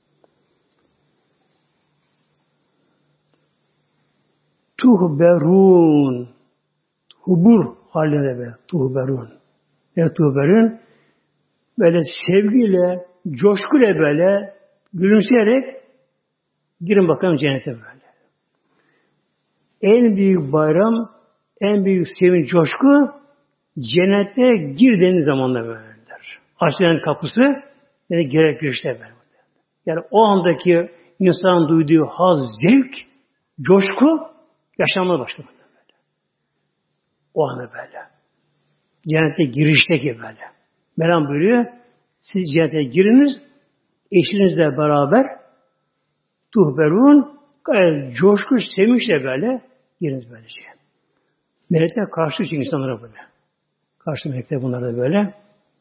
A: Tuhberun. Hubur halinde böyle. Tuhberun. Ne tuhberun? Böyle sevgiyle, coşkuyla böyle gülümseyerek girin bakalım cennete böyle. En büyük bayram, en büyük sevinç, coşku cennete girdiğiniz zamanda böyledir. Açılan kapısı yani gerek işte böyle. Yani o andaki insanın duyduğu haz, zevk, coşku yaşamaya başladı böyle. O anda böyle. Cennete girişteki böyle. Mevlam buyuruyor, siz cennete giriniz, eşinizle beraber tuhberun, gayet coşku, sevinçle böyle giriniz böylece. Melekler karşı için insanlara böyle. Karşı melekler bunlar da böyle.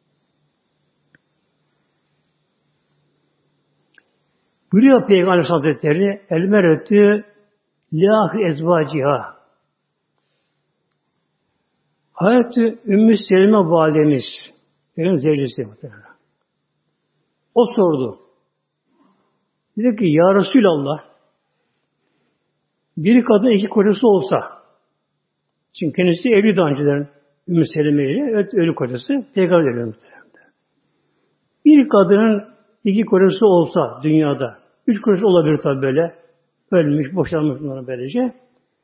A: Buyuruyor Peygamber Hazretleri, el meretü liâh ezvâciha. Hazreti Ümmü Selime validemiz, benim zevcesi muhtemelen. O sordu. Dedi ki, Ya Resulallah, bir kadın iki kocası olsa, çünkü kendisi evli daha önceden Ümmü Selime ile ölü kocası, Peygamber ediyor muhtemelen. Bir kadının iki kocası olsa dünyada, üç kocası olabilir tabi böyle, ölmüş, boşanmış bunlara böylece.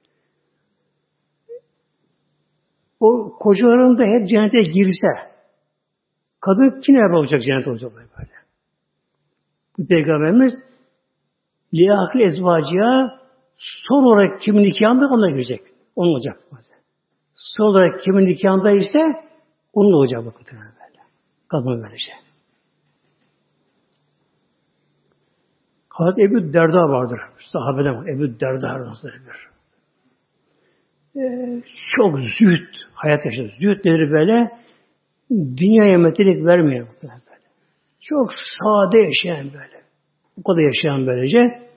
A: O kocaların da hep cennete girse, kadın kim olacak cennet olacak böyle. Bu Peygamberimiz liyâhli ezvâciya son olarak kimin nikahında onunla girecek. Onun olacak. Son olarak kimin nikahında ise onun olacak bakın böyle. Kadın böylece. Hazreti Ebu Derda vardır. Sahabeden var. Ebu Derda Hazretleri. Çok zühd hayat yaşadı. Zühd nedir böyle? Dünyaya metelik vermiyor. Böyle. Çok sade yaşayan böyle. Bu kadar yaşayan böylece.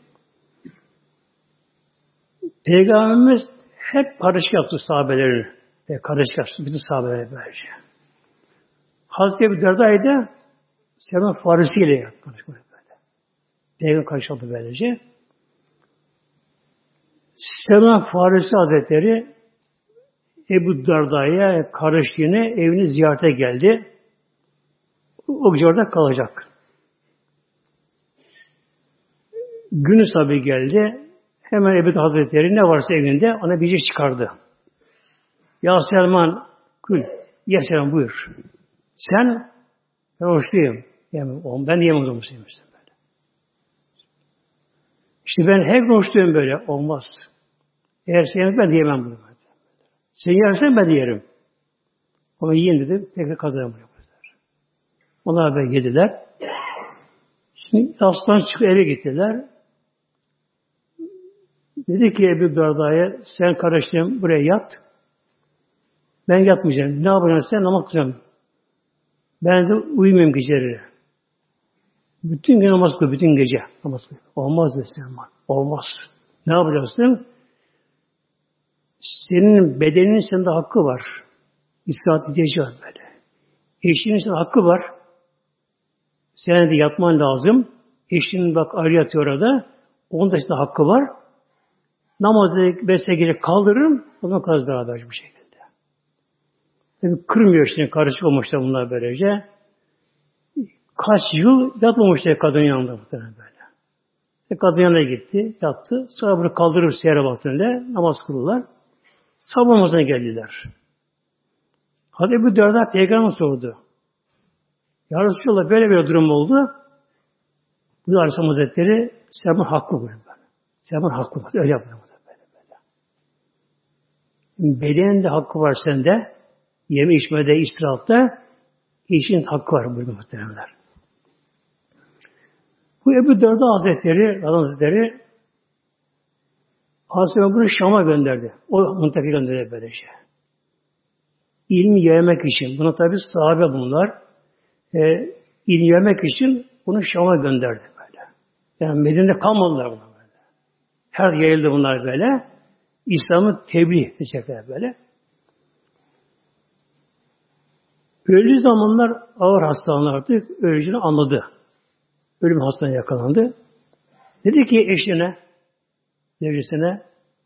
A: Peygamberimiz hep kardeşlik yaptı sahabelerini. Kardeşlik yaptı bütün sahabeleri böylece. Hazreti Ebu Derda'yı da Selman Farisi ile yaptı. Peygamber kardeşlik yaptı böylece. Selman Farisi Hazretleri Ebu Derda'ya kardeşliğine evini ziyarete geldi. O gece orada kalacak. Günü tabi geldi. Hemen Ebu Hazretleri ne varsa evinde ona bir şey çıkardı. Ya Selman kül, ya Selman buyur. Sen ben oruçluyum. Yani, ben diyemem o zaman. İşte ben her gün oruçluyum böyle. Olmaz. Eğer sen yemez ben diyemem bunu. Sen yersen ben de yerim. Ama yiyin dedim. Tekrar kazanamıyor. Onlar böyle yediler. Şimdi aslan çıkıp eve gittiler. Dedi ki Ebu Darda'ya sen kardeşlerim buraya yat. Ben yatmayacağım. Ne yapacaksın sen? Namaz kılacağım. Ben de uyumayayım geceleri. Bütün gün namaz kıl, bütün gece namaz kıl. Olmaz desin ama. Olmaz. Ne yapacaksın? Senin bedeninin sende hakkı var. İstirahat ihtiyacı var böyle. Eşinin sende hakkı var. Senin de yatman lazım. Eşinin bak ayrı yatıyor orada. Onun da işte hakkı var. Namazı besle gece kaldırırım. Ondan kalırız beraber bu şekilde. Tabii kırmıyor işte. Karışık olmuşlar bunlar böylece. Kaç yıl yatmamışlar kadının yanında muhtemelen böyle. Kadın yanına gitti, yattı. Sonra bunu kaldırıp seyre vaktinde namaz kıldılar. Sabah namazına geldiler. Hadi bu Derda Peygamber sordu. Ya Resulallah böyle bir durum oldu. Bu da Aleyhisselam Hazretleri Selam'ın hakkı buyuruyor. Selam'ın hakkı var. Öyle yapıyor. Bedenin de hakkı var sende. Yeme içmede, istirahatta işin hakkı var burada muhtemelenler. Bu Ebu Derda Hazretleri, Hazreti Ömer'i Şam'a gönderdi. O muntaki gönderdi böylece. İlmi yaymak için. Buna tabi sahabe bunlar. İlmi yaymak için bunu Şam'a gönderdi böyle. Yani Medine'de kalmadılar bunlar böyle. Her yayıldı bunlar böyle. İslam'ı tebliğ edecekler böyle. Öldüğü zamanlar ağır hastalanırdı. Öleceğini anladı. Ölüm hastalığına yakalandı. Dedi ki eşine, devrisine,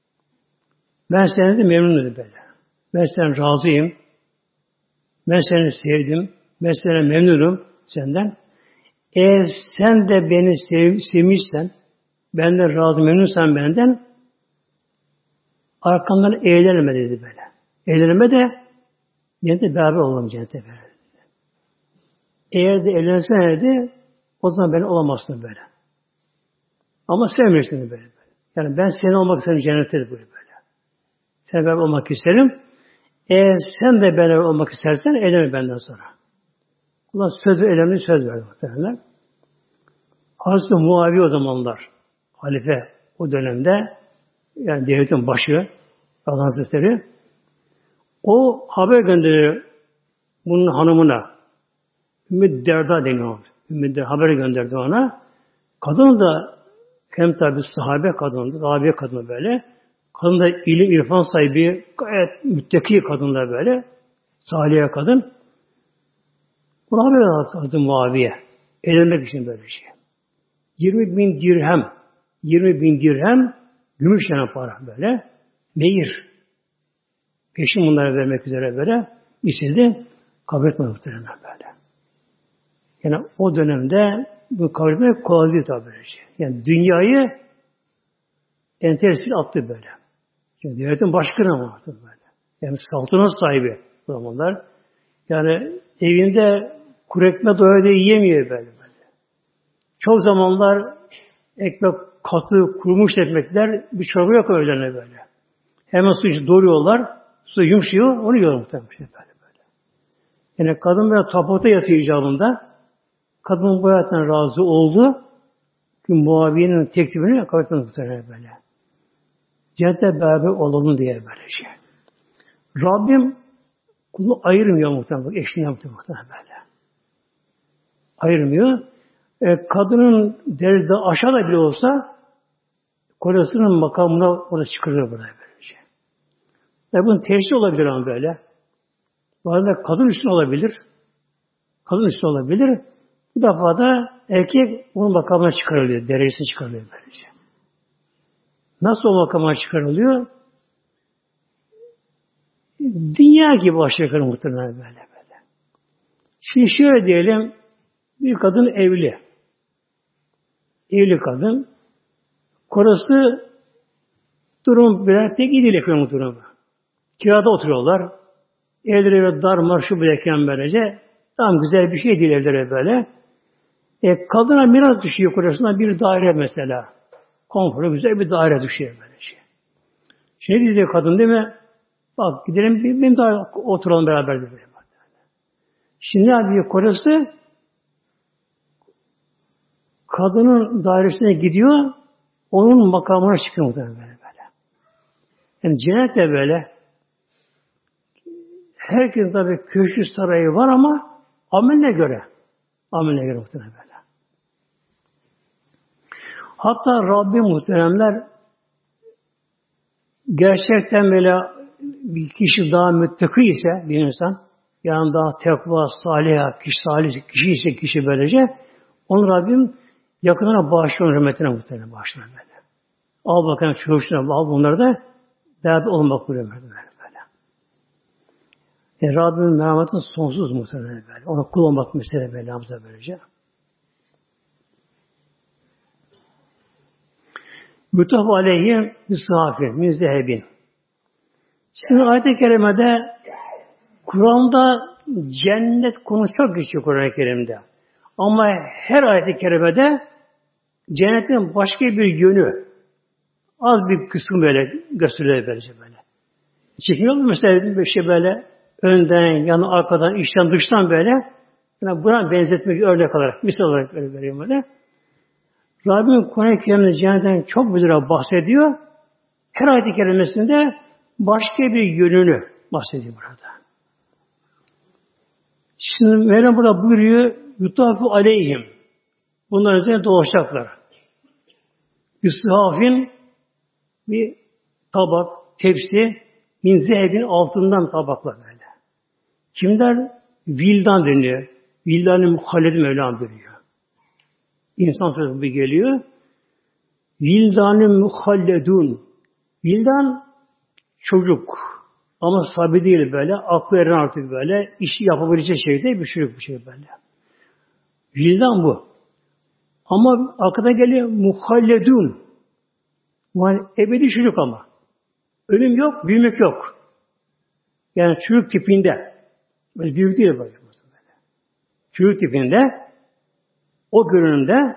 A: ben seni de memnunum dedi böyle. Ben senden razıyım. Ben seni sevdim. Ben sana memnunum senden. Eğer sen de beni sevmişsen, benden razı memnunsan benden, arkamdan eğlenme dedi böyle. Eğlenme de cennete beraber olalım cennete beraber. Eğer de eğlensen dedi, o zaman ben olamazsın böyle. Ama sevmiyorsun böyle. Yani ben senin olmak isterim cennette de böyle. Sen beraber olmak isterim. Eğer sen de beraber olmak istersen eyleme benden sonra. Allah sözü eylemli söz verdi muhtemelen. Hazreti Muaviye o zamanlar halife o dönemde yani devletin başı Allah Hazretleri o haber gönderiyor bunun hanımına Ümmü Derda deniyor. Ümmü Derda haber gönderdi ona. Kadın da hem tabi sahabe kadındı, sahabe kadını böyle. Kadın da ilim, irfan sahibi, gayet müttaki kadınlar böyle. Salih'e kadın. Buna haber aldı Muaviye. Evlenmek için böyle şey. 20.000 dirhem. 20.000 dirhem gümüş yani para böyle. Mehir. Peşin bunlara vermek üzere böyle. İstildi. Kabul etmedi muhtemelen böyle. Yani o dönemde bu kabul etmek kolay değil tabi böyle şey. Yani dünyayı enteresil attı böyle. Şimdi devletin başkanı mı attı böyle. Yani saltanat sahibi bu zamanlar. Yani evinde kuru ekmek doyada yiyemiyor böyle. Çok zamanlar ekmek katı, kurumuş ekmekler bir çorba yok öğlene böyle. Hemen su içi doğruyorlar, su yumuşuyor, onu yiyor muhtemelen böyle. Yani kadın böyle tapota yatıyor icabında. Kadın bu hayattan razı oldu. Çünkü Muaviye'nin teklifini kabul etmedi muhtemelen böyle. Cennette beraber olalım diye böyle şey. Rabbim kulunu ayırmıyor muhtemelen. Eşinden muhtemelen böyle. Ayırmıyor. Kadının derdi aşağıda bile olsa kocasının makamına orada çıkarıyor burada böyle şey. Bunun teşhisi olabilir ama böyle. Bazen kadın üstüne olabilir. Kadın üstüne olabilir. Bu defa da erkek onun makamına çıkarılıyor. Derecesi çıkarılıyor böylece. Nasıl o makamına çıkarılıyor? Dünya gibi aşağı yukarı muhtemelen böyle. Şimdi şöyle diyelim, bir kadın evli. Evli kadın. Kocası durum birer tek idil yapıyor durumu. Kirada oturuyorlar. Evleri dar marşı bırakın böylece Tamam güzel bir şey değil evlere böyle. Kadına miras düşüyor yukarısına bir daire mesela. Konforlu güzel bir daire düşüyor böyle şey. Şimdi diyor kadın değil mi? Bak gidelim benim daha oturalım beraber diyor. Şimdi ne yapıyor kocası? Kadının dairesine gidiyor, onun makamına çıkıyor böyle. Yani cennet de böyle. Herkesin tabii köşkü sarayı var ama ameline göre. Ameline göre muhtemelen böyle. Hatta Rabbim muhteremler gerçekten böyle bir kişi daha müttaki ise bir insan yani daha tekva, salih kişi ise kişi böylece onu Rabbim yakınına bağışlıyor hürmetine muhtemelen bağışlıyor böyle. Al bakalım çocuklarına al bunları da beraber olmak buyuruyor böyle. Rabbimin merhametin sonsuz muhtemelen böyle. Ona kul olmak mesele böyle Hamza böylece. Mütaf aleyhim müsahafin min zehebin. Şimdi ayet-i kerimede Kur'an'da cennet konusu çok geçiyor Kur'an-ı Kerim'de. Ama her ayet-i kerimede cennetin başka bir yönü az bir kısmı böyle gösteriyor böylece böyle. Çekiliyor mu mesela bir şey böyle önden, yanı, arkadan, içten, dıştan böyle yani buna benzetmek örnek olarak, misal olarak böyle veriyorum böyle. Rabbim Kur'an-ı Kerim'de cennetten çok bir bahsediyor. Her ayet-i kerimesinde başka bir yönünü bahsediyor burada. Şimdi Mevlam burada buyuruyor yutafu aleyhim. Bunların üzerine dolaşacaklar. Üstühafin bir tabak, tepsi min zehebin altından tabaklar böyle. Kimler? Vildan deniyor. Vildan-ı muhalledi Mevlam buyuruyor. İnsan sözü bir geliyor. Vildan-ı muhalledun. Vildan çocuk. Ama sabi değil böyle. Aklı eren artık böyle. İşi yapabilecek şey değil. Bir çocuk bir şey böyle. Vildan bu. Ama arkada geliyor muhalledun. Yani ebedi çocuk ama. Ölüm yok, büyümek yok. Yani çocuk tipinde. Böyle büyük değil böyle. Çocuk tipinde o görünümde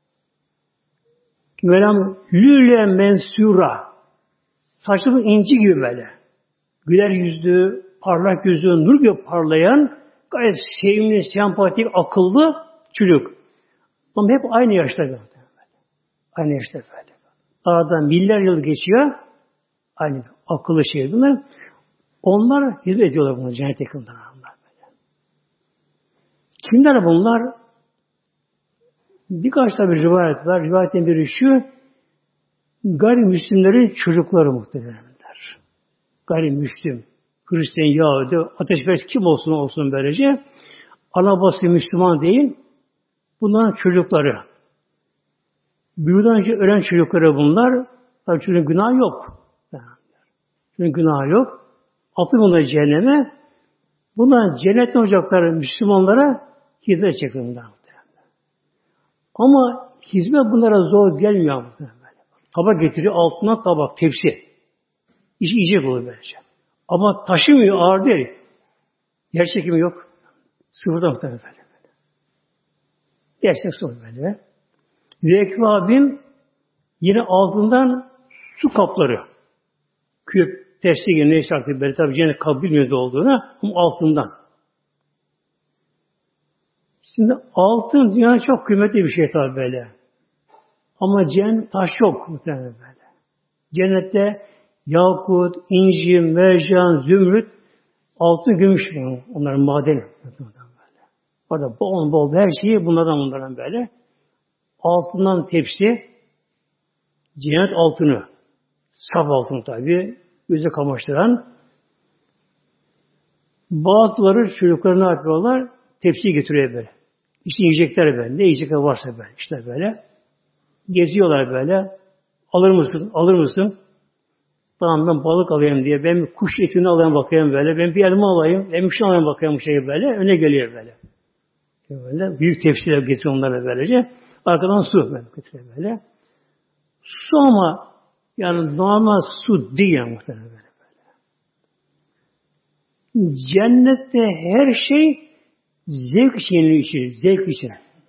A: Mevlam lüle mensura saçlı inci gibi böyle. Güler yüzlü, parlak yüzlü, nur gibi parlayan gayet sevimli, sempatik, akıllı çocuk. Ama hep aynı yaşta böyle. Aynı yaşta böyle. Aradan milyar yıl geçiyor. Aynı akıllı şey bunlar. Onlar hizmet ediyorlar bunu cennet yakınlarına. Kimler bunlar? Birkaç tabi rivayet var. Rivayetin biri şu, gayrimüslimlerin çocukları muhtemelenler. Gayrimüslim, Hristiyan, Yahudi, ateşperest kim olsun böylece, ana babası Müslüman değil, bunların çocukları. Büyüden önce ölen çocukları bunlar, tabi çocuğun günahı yok. Çocuğun günahı yok. Atın bunları cehenneme, bunlar cennetten olacakları Müslümanlara hizmet çekimler. Ama hizmet bunlara zor gelmiyor. Tabak getiriyor, altına tabak, tepsi. İşi yiyecek olur böylece. Ama taşımıyor, ağır değil. Yer çekimi yok. Sıfırda muhtemelen böyle. Gerçek sıfır böyle. Ve ekvabin yine altından su kapları. Küp, testi gibi neyse artık böyle. Tabi cennet kabul bilmiyordu olduğunu ama altından. Şimdi altın dünyanın çok kıymetli bir şey tabi böyle. Ama cennet taş yok muhtemelen böyle. Cennette yakut, inci, mercan, zümrüt, altın, gümüş onların madeni. Orada bol her şeyi bunlardan böyle. Altından tepsi, cennet altını, saf altın tabi, göze kamaştıran. Bazıları çocukları ne yapıyorlar? Tepsiyi getiriyor böyle. İşte yiyecekler böyle. Ne yiyecekler varsa böyle. İşte böyle. Geziyorlar böyle. Alır mısın? Tamam ben balık alayım diye. Ben bir kuş etini alayım bakayım böyle. Ben bir elma alayım. Ben bir şey alayım bakayım bu şey böyle. Öne geliyor böyle. Böyle büyük tepsiler getiriyor onlara böylece. Arkadan su böyle getiriyor böyle. Su ama yani normal su değil muhtemelen böyle. Cennette her şey Zevk için yeniliyor içi. Zevk için.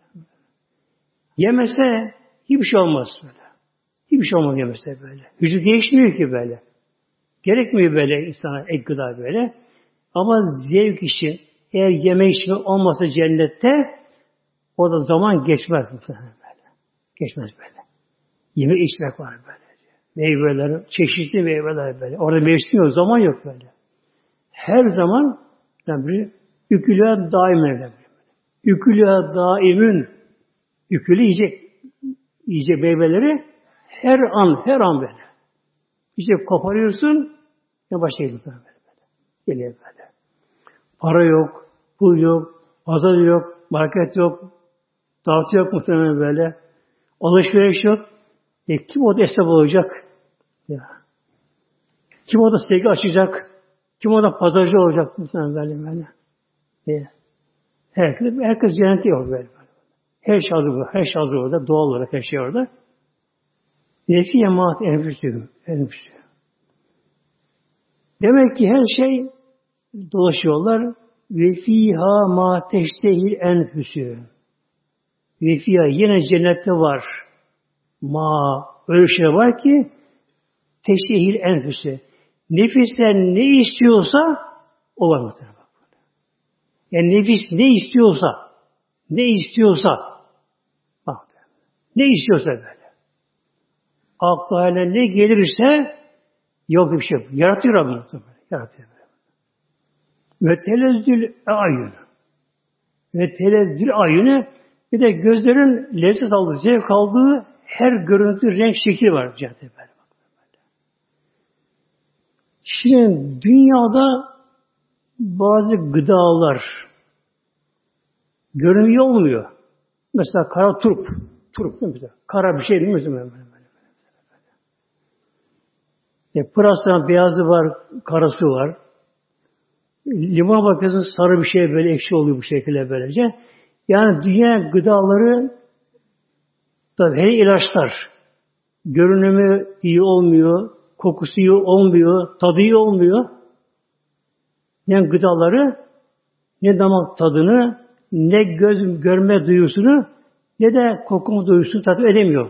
A: Yemese hiçbir şey olmaz böyle. Hiçbir şey olmaz yemese böyle. Vücut değişmiyor ki böyle. Gerekmiyor böyle insana ek gıda böyle. Ama zevk için eğer yeme içme olmasa cennette orada zaman geçmez böyle. Geçmez böyle. Yeme içmek var böyle. Meyveler, çeşitli meyveler böyle. Orada mevsim yok, zaman yok böyle. Her zaman yani ükülüğe daim böyle. Ükülüğe daimün ükülü yiyecek meyveleri her an böyle. İşte koparıyorsun ya başka geliyor böyle. Geliyor böyle. Para yok, pul yok, pazar yok, market yok, dağıtı yok muhtemelen böyle. Alışveriş yok. Kim orada hesap olacak? Ya. Kim orada sevgi açacak? Kim orada pazarcı olacak? Böyle. Herkes cennette yok böyle. Her şey hazır, her şey hazır orada. Doğal olarak her şey orada. Nefiye maat enfüsü. Demek ki her şey dolaşıyorlar. Ve fîhâ mâ teştehil enfüsü. Ve fîhâ yine cennette var. Öyle şey var ki teştehil enfüsü. Nefisler ne istiyorsa o var muhtemelen. Yani nefis ne istiyorsa bak, ne istiyorsa böyle. Akla ne gelirse yok bir şey. Yaratıyor Rabbim. Yaratıyor. Ve telezzül ayunu bir de gözlerin lezzet aldığı, zevk aldığı her görüntü, renk, şekil var cennette böyle. Şimdi dünyada bazı gıdalar görünüyor olmuyor. Mesela kara turp değil mi? Kara bir şey değil mi? Pırasanın beyazı var, karası var. Limona bakıyorsun sarı bir şey böyle ekşi oluyor bu şekilde böylece. Yani dünya gıdaları tabii hele ilaçlar. Görünümü iyi olmuyor, kokusu iyi olmuyor, tadı iyi olmuyor. Yani gıdaları ne damak tadını, ne göz görme duyusunu, ne de kokumu duyusunu tatmin edemiyor.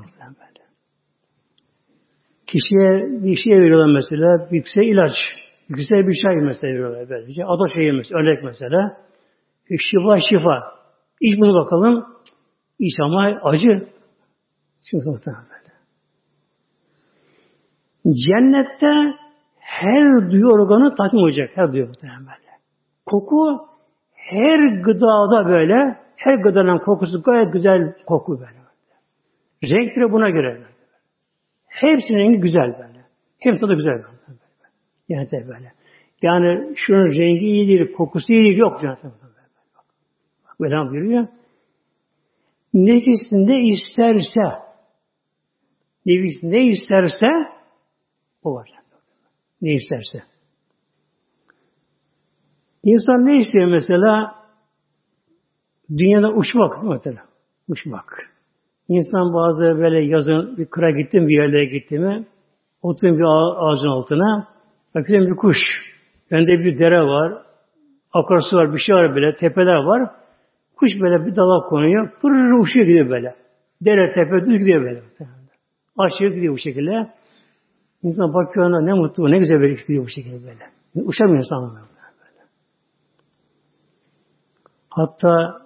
A: Kişiye bir şey veriyorlar mesela, bir ilaç, bir çay mesela veriyorlar böylece. Ada şeyi mesela, örnek mesela. Şifa. İç bunu bakalım. İç ama acı. Cennette her duyu organı tatmin olacak. Her duyu böyle. Koku her gıdada böyle, her gıdanın kokusu gayet güzel koku böyle. Renkleri buna göre. Hepsinin rengi güzel böyle. Hem tadı güzel böyle. Yani böyle. Yani şunun rengi iyi değil, kokusu iyi değil, yok zaten. Velham buyuruyor. Nefis ne isterse o var. Ne isterse. İnsan ne istiyor mesela? Dünyada uçmak mesela. Uçmak. İnsan bazı böyle yazın bir kıra gittim, bir yerlere gitti mi, oturayım bir ağacın altına, bakıyorum bir kuş. Önde bir dere var, akarsu var, bir şey var böyle, tepeler var. Kuş böyle bir dala konuyor, pırr uçuyor gidiyor böyle. Dere tepe düz gidiyor böyle. Aşağı gidiyor bu şekilde. İnsan bakıyor ona ne mutlu, ne güzel böyle gidiyor bu şekilde böyle. Uçamıyor insan böyle. Hatta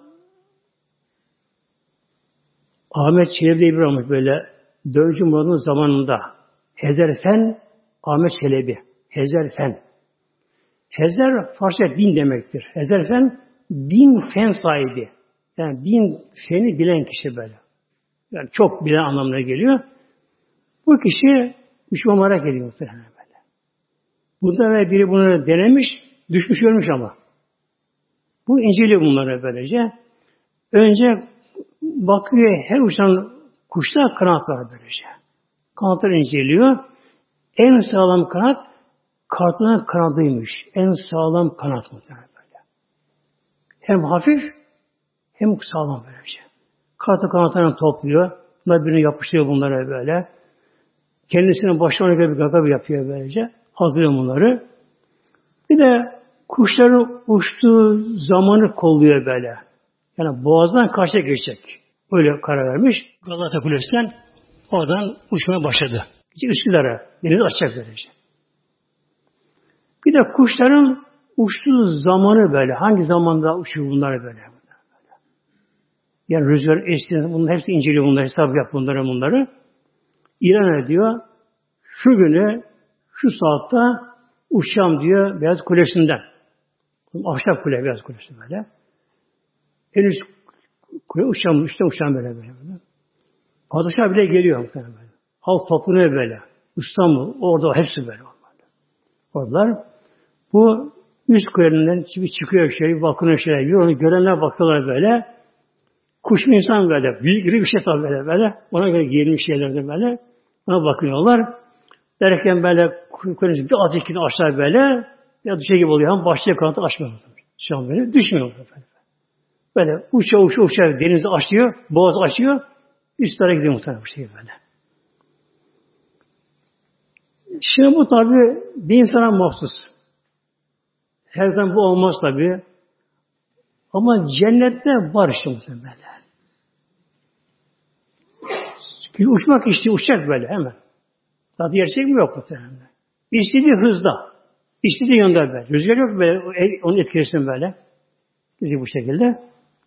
A: Ahmet Çelebi İbrahim böyle Dövücü Murad'ın zamanında Hezerfen Ahmet Çelebi. Hezerfen. Hezer Farsça bin demektir. Hezerfen bin fen sahibi. Yani bin feni bilen kişi böyle. Yani çok bilen anlamına geliyor. Bu kişi Müslüman merak ediyor muhtemelen böyle. Bundan ve biri bunu denemiş, düşmüş ölmüş ama. Bu inceliyor bunları böylece. Önce bakıyor her uçan kuşta kanat var böylece. Kanatları inceliyor. En sağlam kanat kartalın kanadıymış. En sağlam kanat muhtemelen böyle. Hem hafif hem sağlam böylece. Kartal kanatlarını topluyor. Bunlar birine yapıştırıyor bunlara böyle. Kendisinin başlarına göre bir gagabı yapıyor böylece. Hazırlıyor bunları. Bir de Kuşların uçtuğu zamanı kolluyor böyle. Yani boğazdan karşıya geçecek. Öyle karar vermiş. Galata Kulesi'nden oradan uçmaya başladı. Üsküdar'a. Deniz açacak böylece. Bir de kuşların uçtuğu zamanı böyle. Hangi zamanda uçuyor bunlar böyle. Yani rüzgar estiğinde bunların hepsi inceliyor bunları. Hesap yap bunları. İlan ediyor. Şu günü şu saatte uçacağım diyor Beyaz Kulesi'nden. Ahşap kule, Beyaz Kulesi böyle. En üst kule uçacağım, üstte uçacağım böyle. Padişah bile geliyor muhtemelen böyle. Halk toplanıyor böyle. İstanbul, orada hepsi böyle. Oradalar. Bu üst kuleden çıkıyor bakıyor onu görenler bakıyorlar böyle. Kuş mu insan böyle, büyük bir şey tabii böyle. Ona göre giyilmiş şeylerden böyle. Ona bakıyorlar. Derken böyle kulesi bir az ikini aşağı böyle. Ya düşe gibi oluyor. Ama başlıyor kanatı açmıyor. Şu an böyle düşmüyor. Böyle uça denizi açıyor. Boğaz açıyor. Üstlere gidiyor muhtemelen bu şey böyle. Şimdi bu tabi bir insana mahsus. Her zaman bu olmaz tabi. Ama cennette var işte muhtemelen. Çünkü uçmak işte uçacak böyle hemen. Zaten gerçek mi yok muhtemelen. İstediği hızda. İstediği yönde böyle. Rüzgar yok böyle. Onun etkilesin böyle. Bizi bu şekilde.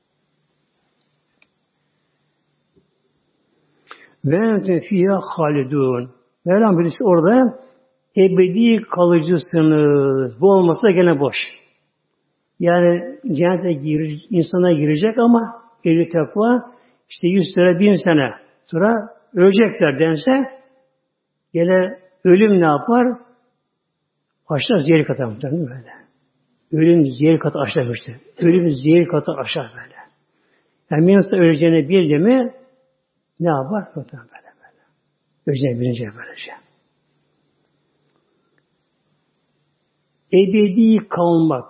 A: Ve ente fiyâ halidûn. Mevlam birisi orada ebedi kalıcısınız. Bu olmasa gene boş. Yani cennete insana girecek ama ehli takva işte 100 sene 1000 sene sonra ölecekler dense gene ölüm ne yapar? Aşağı zehir katar muhtemelen böyle. Ölüm zehir katı aşağı işte. Ölüm zehir katı aşağı böyle. Yani bir insan öleceğini bildi mi ne yapar? Muhtemelen böyle. Öleceğini bilince böylece. Ebedi kalmak.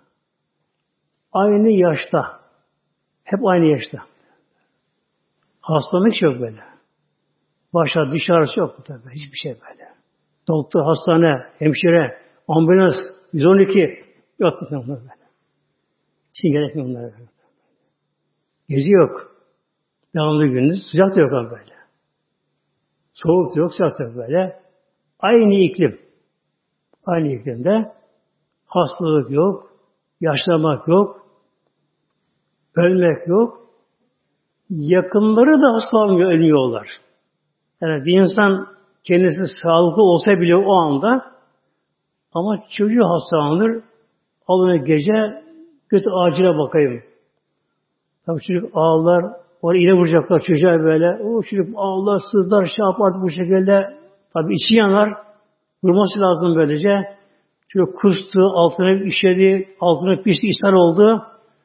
A: Aynı yaşta. Hep aynı yaşta. Hastalık yok böyle. Başa dışarısı yok bu tabi. Hiçbir şey böyle. Doktor, hastane, hemşire, ambulans, 112 yok bunlar böyle. Hiç gerekmiyor bunlar böyle. Gezi yok. Devamlı gündüz. Sıcak da yok ama böyle. Soğuk da yok, sıcak da yok böyle. Aynı iklim. Aynı iklimde hastalık yok, yaşlanmak yok, ölmek yok. Yakınları da hastalanmıyor, ölmüyorlar. Yani bir insan kendisi sağlıklı olsa bile o anda ama çocuğu hastalanır, alınır gece kötü acile bakayım. Tabii çocuk ağlar, oraya iğne vuracaklar çocuğa böyle. O çocuk ağlar, sızlar, şey yapar bu şekilde. Tabii içi yanar. Vurması lazım böylece. Çocuk kustu, altına işedi, altına pislik ishal oldu.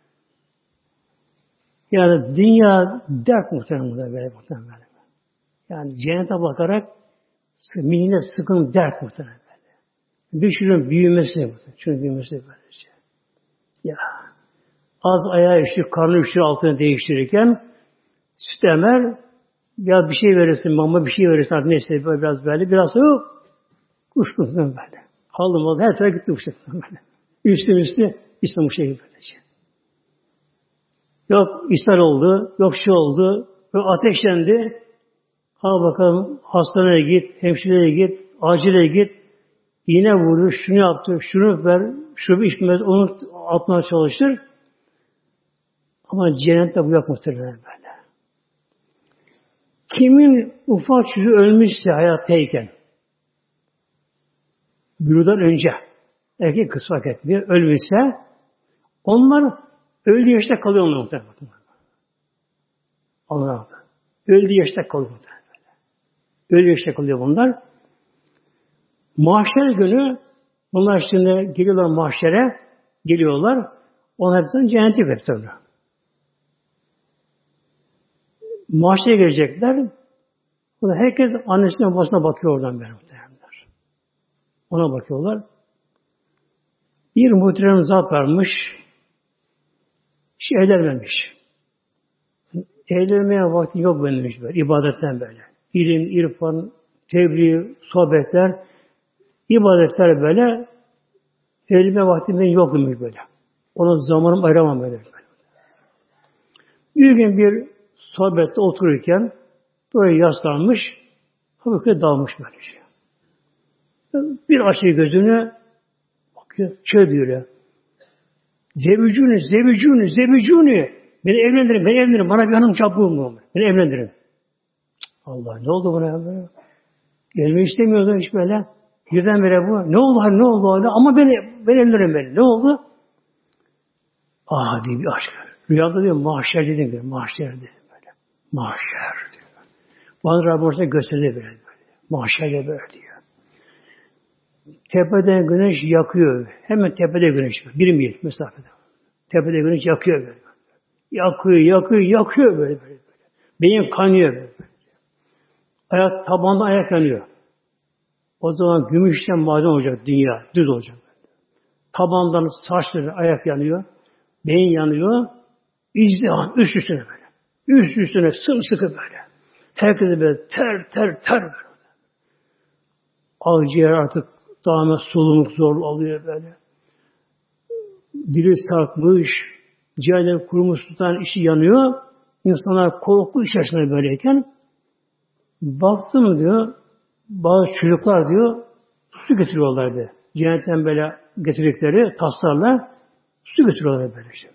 A: Yani dünya dert muhtemelen böyle. Yani cennete bakarak minnet sıkıntı dert muhtemelen böyle. Bir çocuğun büyümesi muhtemelen. Çocuğun büyümesi böylece. Ya az ayağı üşür, karnı üşür altını değiştirirken süt emer ya bir şey verirsin, mama bir şey verirsin artık neyse biraz böyle. Biraz sonra uçtum böyle. Aldım her tarafa gitti bu şekilde böyle. Üstü İslam bu şekilde böylece. Yok ishal oldu, yok şey oldu, yok ateşlendi. Ha bakalım hastaneye git, hemşireye git, acile git. İğne vurur, şunu yaptı, şunu ver, şunu içmez, onu atmaya çalışır. Ama cennette bu yok muhtemelen böyle. Kimin ufak çocuğu ölmüşse hayattayken, bürüden önce, erkek kız fark etmiyor, ölmüşse, onlar öldüğü yaşta kalıyor onlar muhtemelen. Allah'ım. Öldüğü yaşta kalıyor muhtemelen. Öldüğü yaşta kalıyor bunlar. Mahşer günü, bunlar şimdi geliyorlar mahşere, geliyorlar, onlar hepsinden cennete bekliyorlar. Mahşere gelecekler, herkes annesine babasına bakıyor oradan beri muhtemelenler. Ona bakıyorlar. Bir muhterem zat varmış, hiç evlenmemiş. Evlenmeye vakti yok benimmiş böyle, ibadetten böyle. İlim, irfan, tebliğ, sohbetler, ibadetler böyle Elime vaktim benim yokmuş böyle. Ona zamanım ayıramam böyle. Bir gün bir sohbette otururken böyle yaslanmış, hafifçe dalmış böyle şey. Bir açıyor gözünü, bakıyor, şöyle diyor. Zevicuni. Beni evlendirin. Bana bir hanım çapığım mı? Beni evlendirin. Allah, ne oldu buna ya? Gelmeyi istemiyordu hiç böyle. Birdenbire bu. Ne oldu? Ama beni evlendirin beni. Ne oldu? Diye bir aşk. Rüyamda diyor, mahşer dedim diyor. Mahşer dedim böyle. Mahşer diyor. Bana Rabbim gösterdi böyle. Mahşerde böyle diyor. Tepeden güneş yakıyor. Hemen tepede güneş. 1 mil mesafede. Tepede güneş yakıyor böyle. Yakıyor böyle. Beyin kanıyor böyle. Tabanda ayak yanıyor. O zaman gümüşten maden olacak dünya. Düz olacak. Tabandan saçları ayak yanıyor. Beyin yanıyor. İzdiham üst üstüne böyle. Üst üstüne sımsıkı böyle. Herkese böyle ter böyle. Akciğer artık tamamen solunuk zor oluyor böyle. Dili sarkmış, ciğerleri kurumuş tutan işi yanıyor. İnsanlar korku içerisinde böyleyken baktım diyor, bazı çocuklar diyor, su getiriyorlar diyor. Cennetten böyle getirdikleri taslarla su getiriyorlar böyle şey.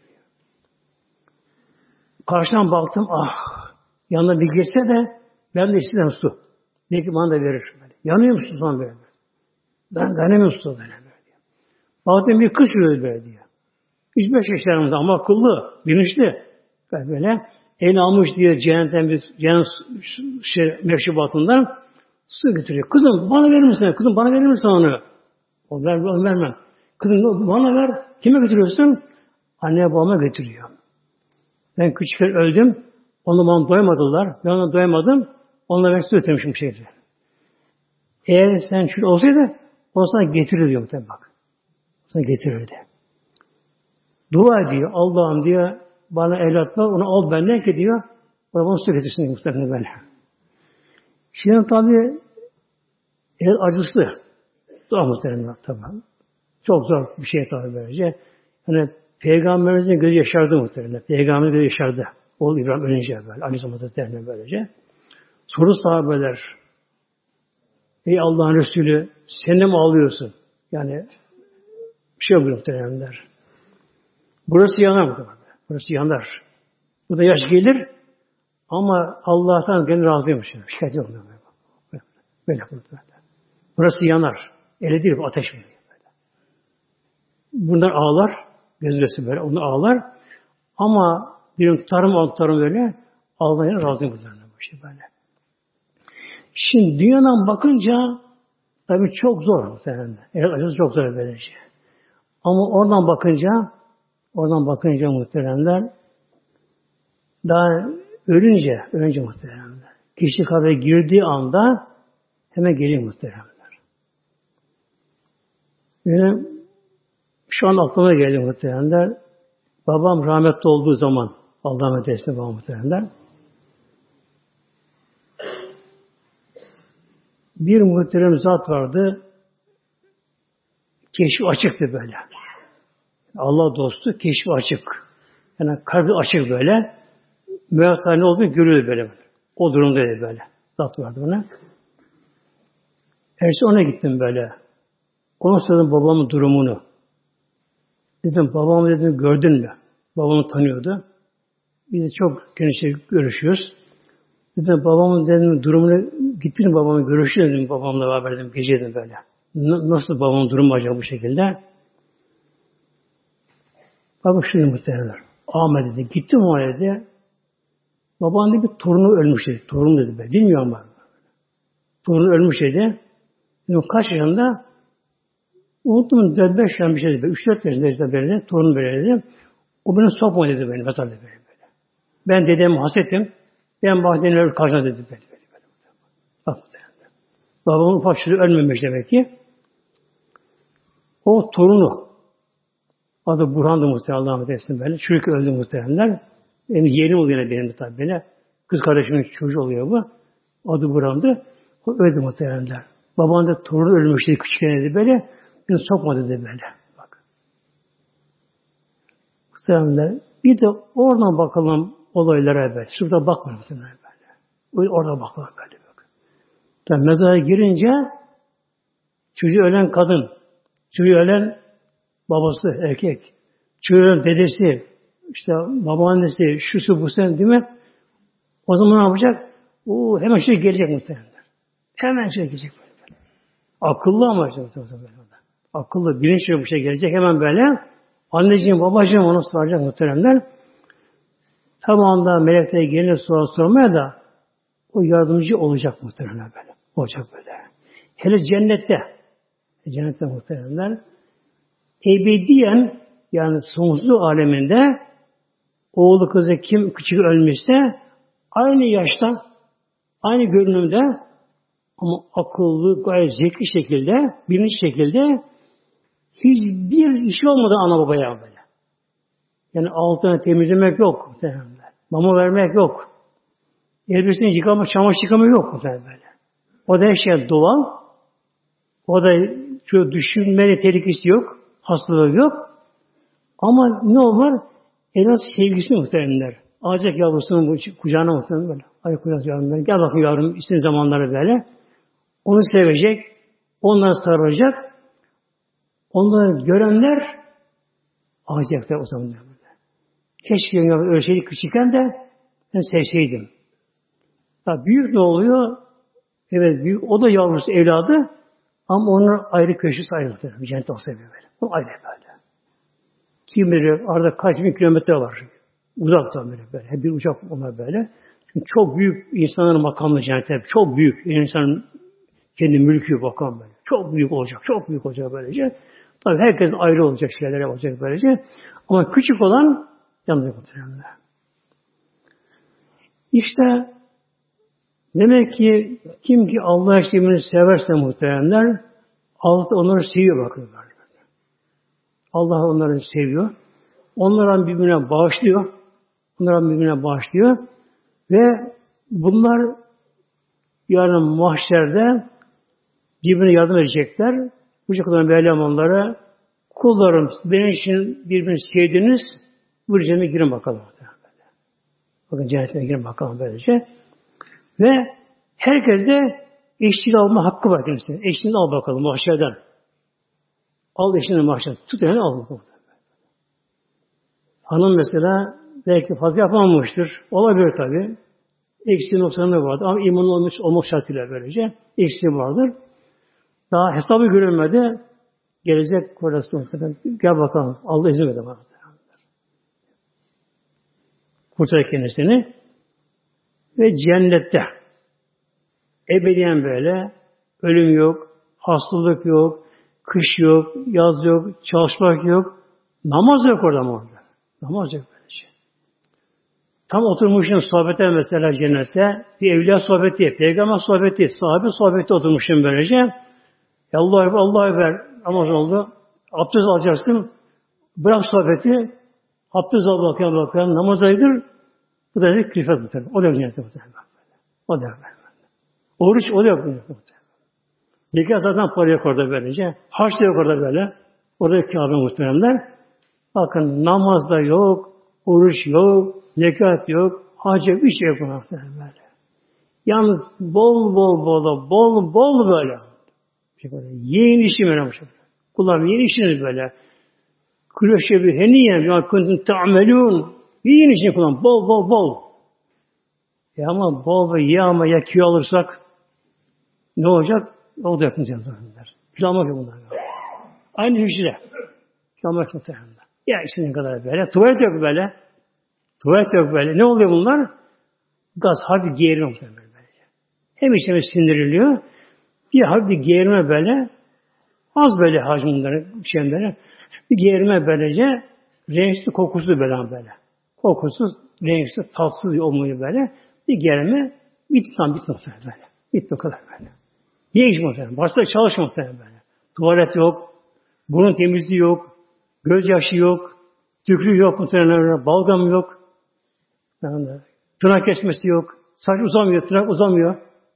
A: Karşıdan baktım, yanına bir girse de ben de istedim su. Belki bana da verir. Böyle. Yanıyor musun falan böyle? Ben dayanamıyorum su böyle. Baktım bir kız yürüyor böyle diyor. 3-5 yaşlarında ama akıllı, bilinçli. Böyle el almış diye cennetten bir cennet meşrubatından su getiriyor. Kızım bana verir misin? Kızım bana verir misin onu? O vermem. Kızım bana ver. Kime götürüyorsun? Anneye babama götürüyor. Ben küçükken öldüm. Onu bana doymadılar. Ben ona doymadım. Onunla ben su götürmüşüm şeydi. Eğer sen şöyle olsaydı onu sana getirir diyor muhtemelen bak. Sana getirirdi. Dua ediyor. Allah'ım diyor bana evlat var. Onu al benden ki diyor. Bana su getirsin diyor muhtemelen böyle. Şimdi tabii acısı. Dua muhtemelen tabii. Çok zor bir şey tabii böylece. Yani Peygamberimizin gözü yaşardı muhtemelen. Peygamberimizin gözü yaşardı. Oğul İbrahim ölünce böyle. Aynı zamanda derine böylece. Soru sahabeler. Ey Allah'ın Resulü sen de mi ağlıyorsun? Yani bir şey yok muhtemelenler. Burası yanar muhtemelen. Burası yanar. Bu da yaş gelir ama Allah'tan gene razıymış. Şikayet yok. Böyle muhtemelen. Burası yanar. Öyle değil bu ateş mi? Bunlar ağlar. Gözüyle böyle. Onu ağlar. Ama bir tarım böyle ağlayan razı muhtemelen. Böyle. Şimdi dünyadan bakınca tabii çok zor muhtemelen. Evet acısı çok zor böylece. Ama oradan bakınca muhteremler daha ölünce muhteremler. Kişi kabre girdiği anda hemen geliyor muhteremler. Benim şu an aklıma geldi muhteremler. Babam rahmetli olduğu zaman Allah rahmet eylesin babam muhteremler. Bir muhterem zat vardı. Keşfi açıktı böyle. Allah dostu keşfi açık. Yani kalbi açık böyle. Müyatlar ne olduğunu görüyordu böyle. O durumdaydı böyle. Zat vardı buna. Ersi ona gittim böyle. Ona sordum babamın durumunu. Dedim babamı dedim gördün mü? Babamı tanıyordu. Biz de çok gençle görüşüyoruz. Dedim babamın dedim durumunu gittin babamı görüşüyor dedim babamla beraber dedim gece dedim böyle. Nasıl babamın durumu acaba bu şekilde? Baba şunu muhtemelenler. Ahmet dedi. Gittim oraya dedi. Baban dedi bir torunu ölmüş dedi. Torun dedi ben. Bilmiyorum ben. Torunu ölmüş dedi. Dedim, kaç yaşında? Unuttum 4-5 yaşında bir şey dedi. 3-4 yaşında işte böyle. Torun böyle dedi. O beni sokma dedi beni. Mesela dedi böyle. Ben dedemi hasettim. Ben bahçenin öyle karşına dedi böyle. Bak muhtemelen. Babamın ufak çocuğu ölmemiş demek ki. O torunu adı Burhan'dı muhtemelen Allah'ım etsin böyle. Çocuk öldü muhtemelenler. Benim yeğenim oluyor benim de tabii böyle. Kız kardeşimin çocuğu oluyor bu. Adı Burhan'dı. O öldü muhtemelenler. Babam da torunu ölmüştü küçükken dedi böyle. Beni sokma dedi böyle. Bak. Muhteremler. Bir de oradan bakalım olaylara böyle. Şurada bakmayın muhteremler böyle. Orada bakalım böyle. Yani mezara girince çocuğu ölen kadın, çocuğu ölen babası, erkek, çocuğu ölen dedesi, işte babaannesi, şusu bu sen değil mi? O zaman ne yapacak? Hemen şey gelecek muhtemelen. Hemen şey gelecek böyle. Akıllı ama işte böyle. Akıllı, bilinçli bir şey gelecek hemen böyle. Anneciğim, babacığım onu soracak muhteremler. Tam anda melekler gelince sormaya da o yardımcı olacak muhteremler böyle. Olacak böyle. Hele cennette. Cennette muhteremler. Ebediyen yani sonsuz aleminde oğlu kızı kim küçük ölmüşse aynı yaşta, aynı görünümde ama akıllı, gayet zeki şekilde, bilinçli şekilde hiçbir işi olmadı ana babaya böyle. Yani altını temizlemek yok muhtemelen. Mama vermek yok. Elbisini yıkama, çamaşır yıkama yok muhtemelen. O da her şey doğal. O da şu düşünmeli tehlikesi yok. Hastalığı yok. Ama ne var? En az sevgisi muhtemelenler. Alacak yavrusunun kucağına muhtemelen böyle. Ay kucağına yavrum. Gel bakayım yavrum. İstediğin zamanları böyle. Onu sevecek. Ondan sarılacak. Onları görenler alacaklar o zaman. Keşke ölseydik küçükken de ben sevseydim. Ya büyük ne oluyor? Evet büyük. O da yavrusu, evladı. Ama onun ayrı köşesi ayrı. Cennet olsa böyle. O ayrı böyle. Kim bilir arada kaç bin kilometre var. Uzaktan böyle. Hep bir uçak onlar böyle. Çünkü çok büyük insanların makamlı cennette. Çok büyük. İnsanın kendi mülkü makam böyle. Çok büyük olacak. Çok büyük olacak böylece. Tabii herkes ayrı olacak şeyler olacak böylece. Ama küçük olan yanında muhtemelen. İşte demek ki kim ki Allah işlemini severse muhteremler Allah onları seviyor bakın. Allah onları seviyor. Onlara birbirine bağışlıyor. Onlara birbirine bağışlıyor. Ve bunlar yarın mahşerde birbirine yardım edecekler. Bu şekilde Mevlam onlara kullarım benim için birbirini sevdiniz bu cennete girin bakalım. Bakın cennete girin bakalım böylece. Ve herkes de eşliğini alma hakkı var kendisine. Eşliğini al bakalım mahşerden. Al eşliğini mahşerden. Tut yani al bakalım. Hanım mesela belki fazla yapamamıştır. Olabilir tabi. Eksiği noksanlığı vardır. Ama imanı olmak şartıyla böylece. Eksiği vardır. Daha hesabı görülmedi. Gelecek kocası muhtemelen. Gel bakalım. Allah izin verdi bana. Kurtarır kendisini. Ve cennette ebediyen böyle ölüm yok, hastalık yok, kış yok, yaz yok, çalışmak yok. Namaz yok orada. Namaz yok böylece. Tam oturmuşsun sohbete mesela cennette. Bir evliya sohbeti, peygamber sohbeti, sahabe sohbeti oturmuşsun böylece. Allah'a ver. Namaz oldu. Abdest alacaksın. Bırak sohbeti. Abdest al bakalım. Namaza gir. Bu da bir külfet muhtemelen. O da cennette muhtemelen. O da böyle. Oruç o da yok muhtemelen. Zekat zaten para yok orada böylece. Haç da yok orada böyle. Orada Kabe muhteremler. Bakın namaz da yok, oruç yok, zekat yok, hac yok, hiç yok muhterem böyle. Yalnız bol böyle. Yiyin işim öyle. Kullanın yiyin işiniz böyle. Küleşe bir heniyen ya kuntum ta'melun. Yiyin işini kullan bol. Ama bol ve ye ama ya kilo alırsak ne olacak? O da yapmayacağız. Kilo yok bunlar. Aynı hücre. Kilo yok muhtemelen. Ya işinin kadar böyle. Tuvalet yok böyle. Ne oluyor bunlar? Gaz hafif geğirme muhtemelen böyle. Hem işlemi sindiriliyor. Bir hafif bir geğirme böyle. Az böyle hacimleri, böyle. Bir geğirme böylece renksiz kokusu böyle. Kokusuz, renksiz, tatsız olmuyor böyle. Bir geğirme bitti muhtemelen böyle. Bitti o kadar böyle. Niye iş muhtemelen? Başta çalışma muhtemelen böyle. Tuvalet yok. Burun temizliği yok. Gözyaşı yok. Tükrü yok muhtemelen. Balgam yok. Yani, tırnak kesmesi yok. Saç uzamıyor. Tırnak uzamıyor.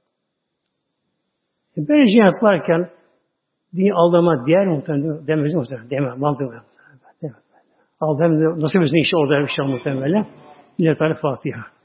A: Böyle cinayet varken din aldırma diğer muhtemelen demez muhtemelen. Demem. Mantıklı. Allah hem de nasip etsin inşallah orada inşallah muhtemelen. Lillahi Teala Fatiha.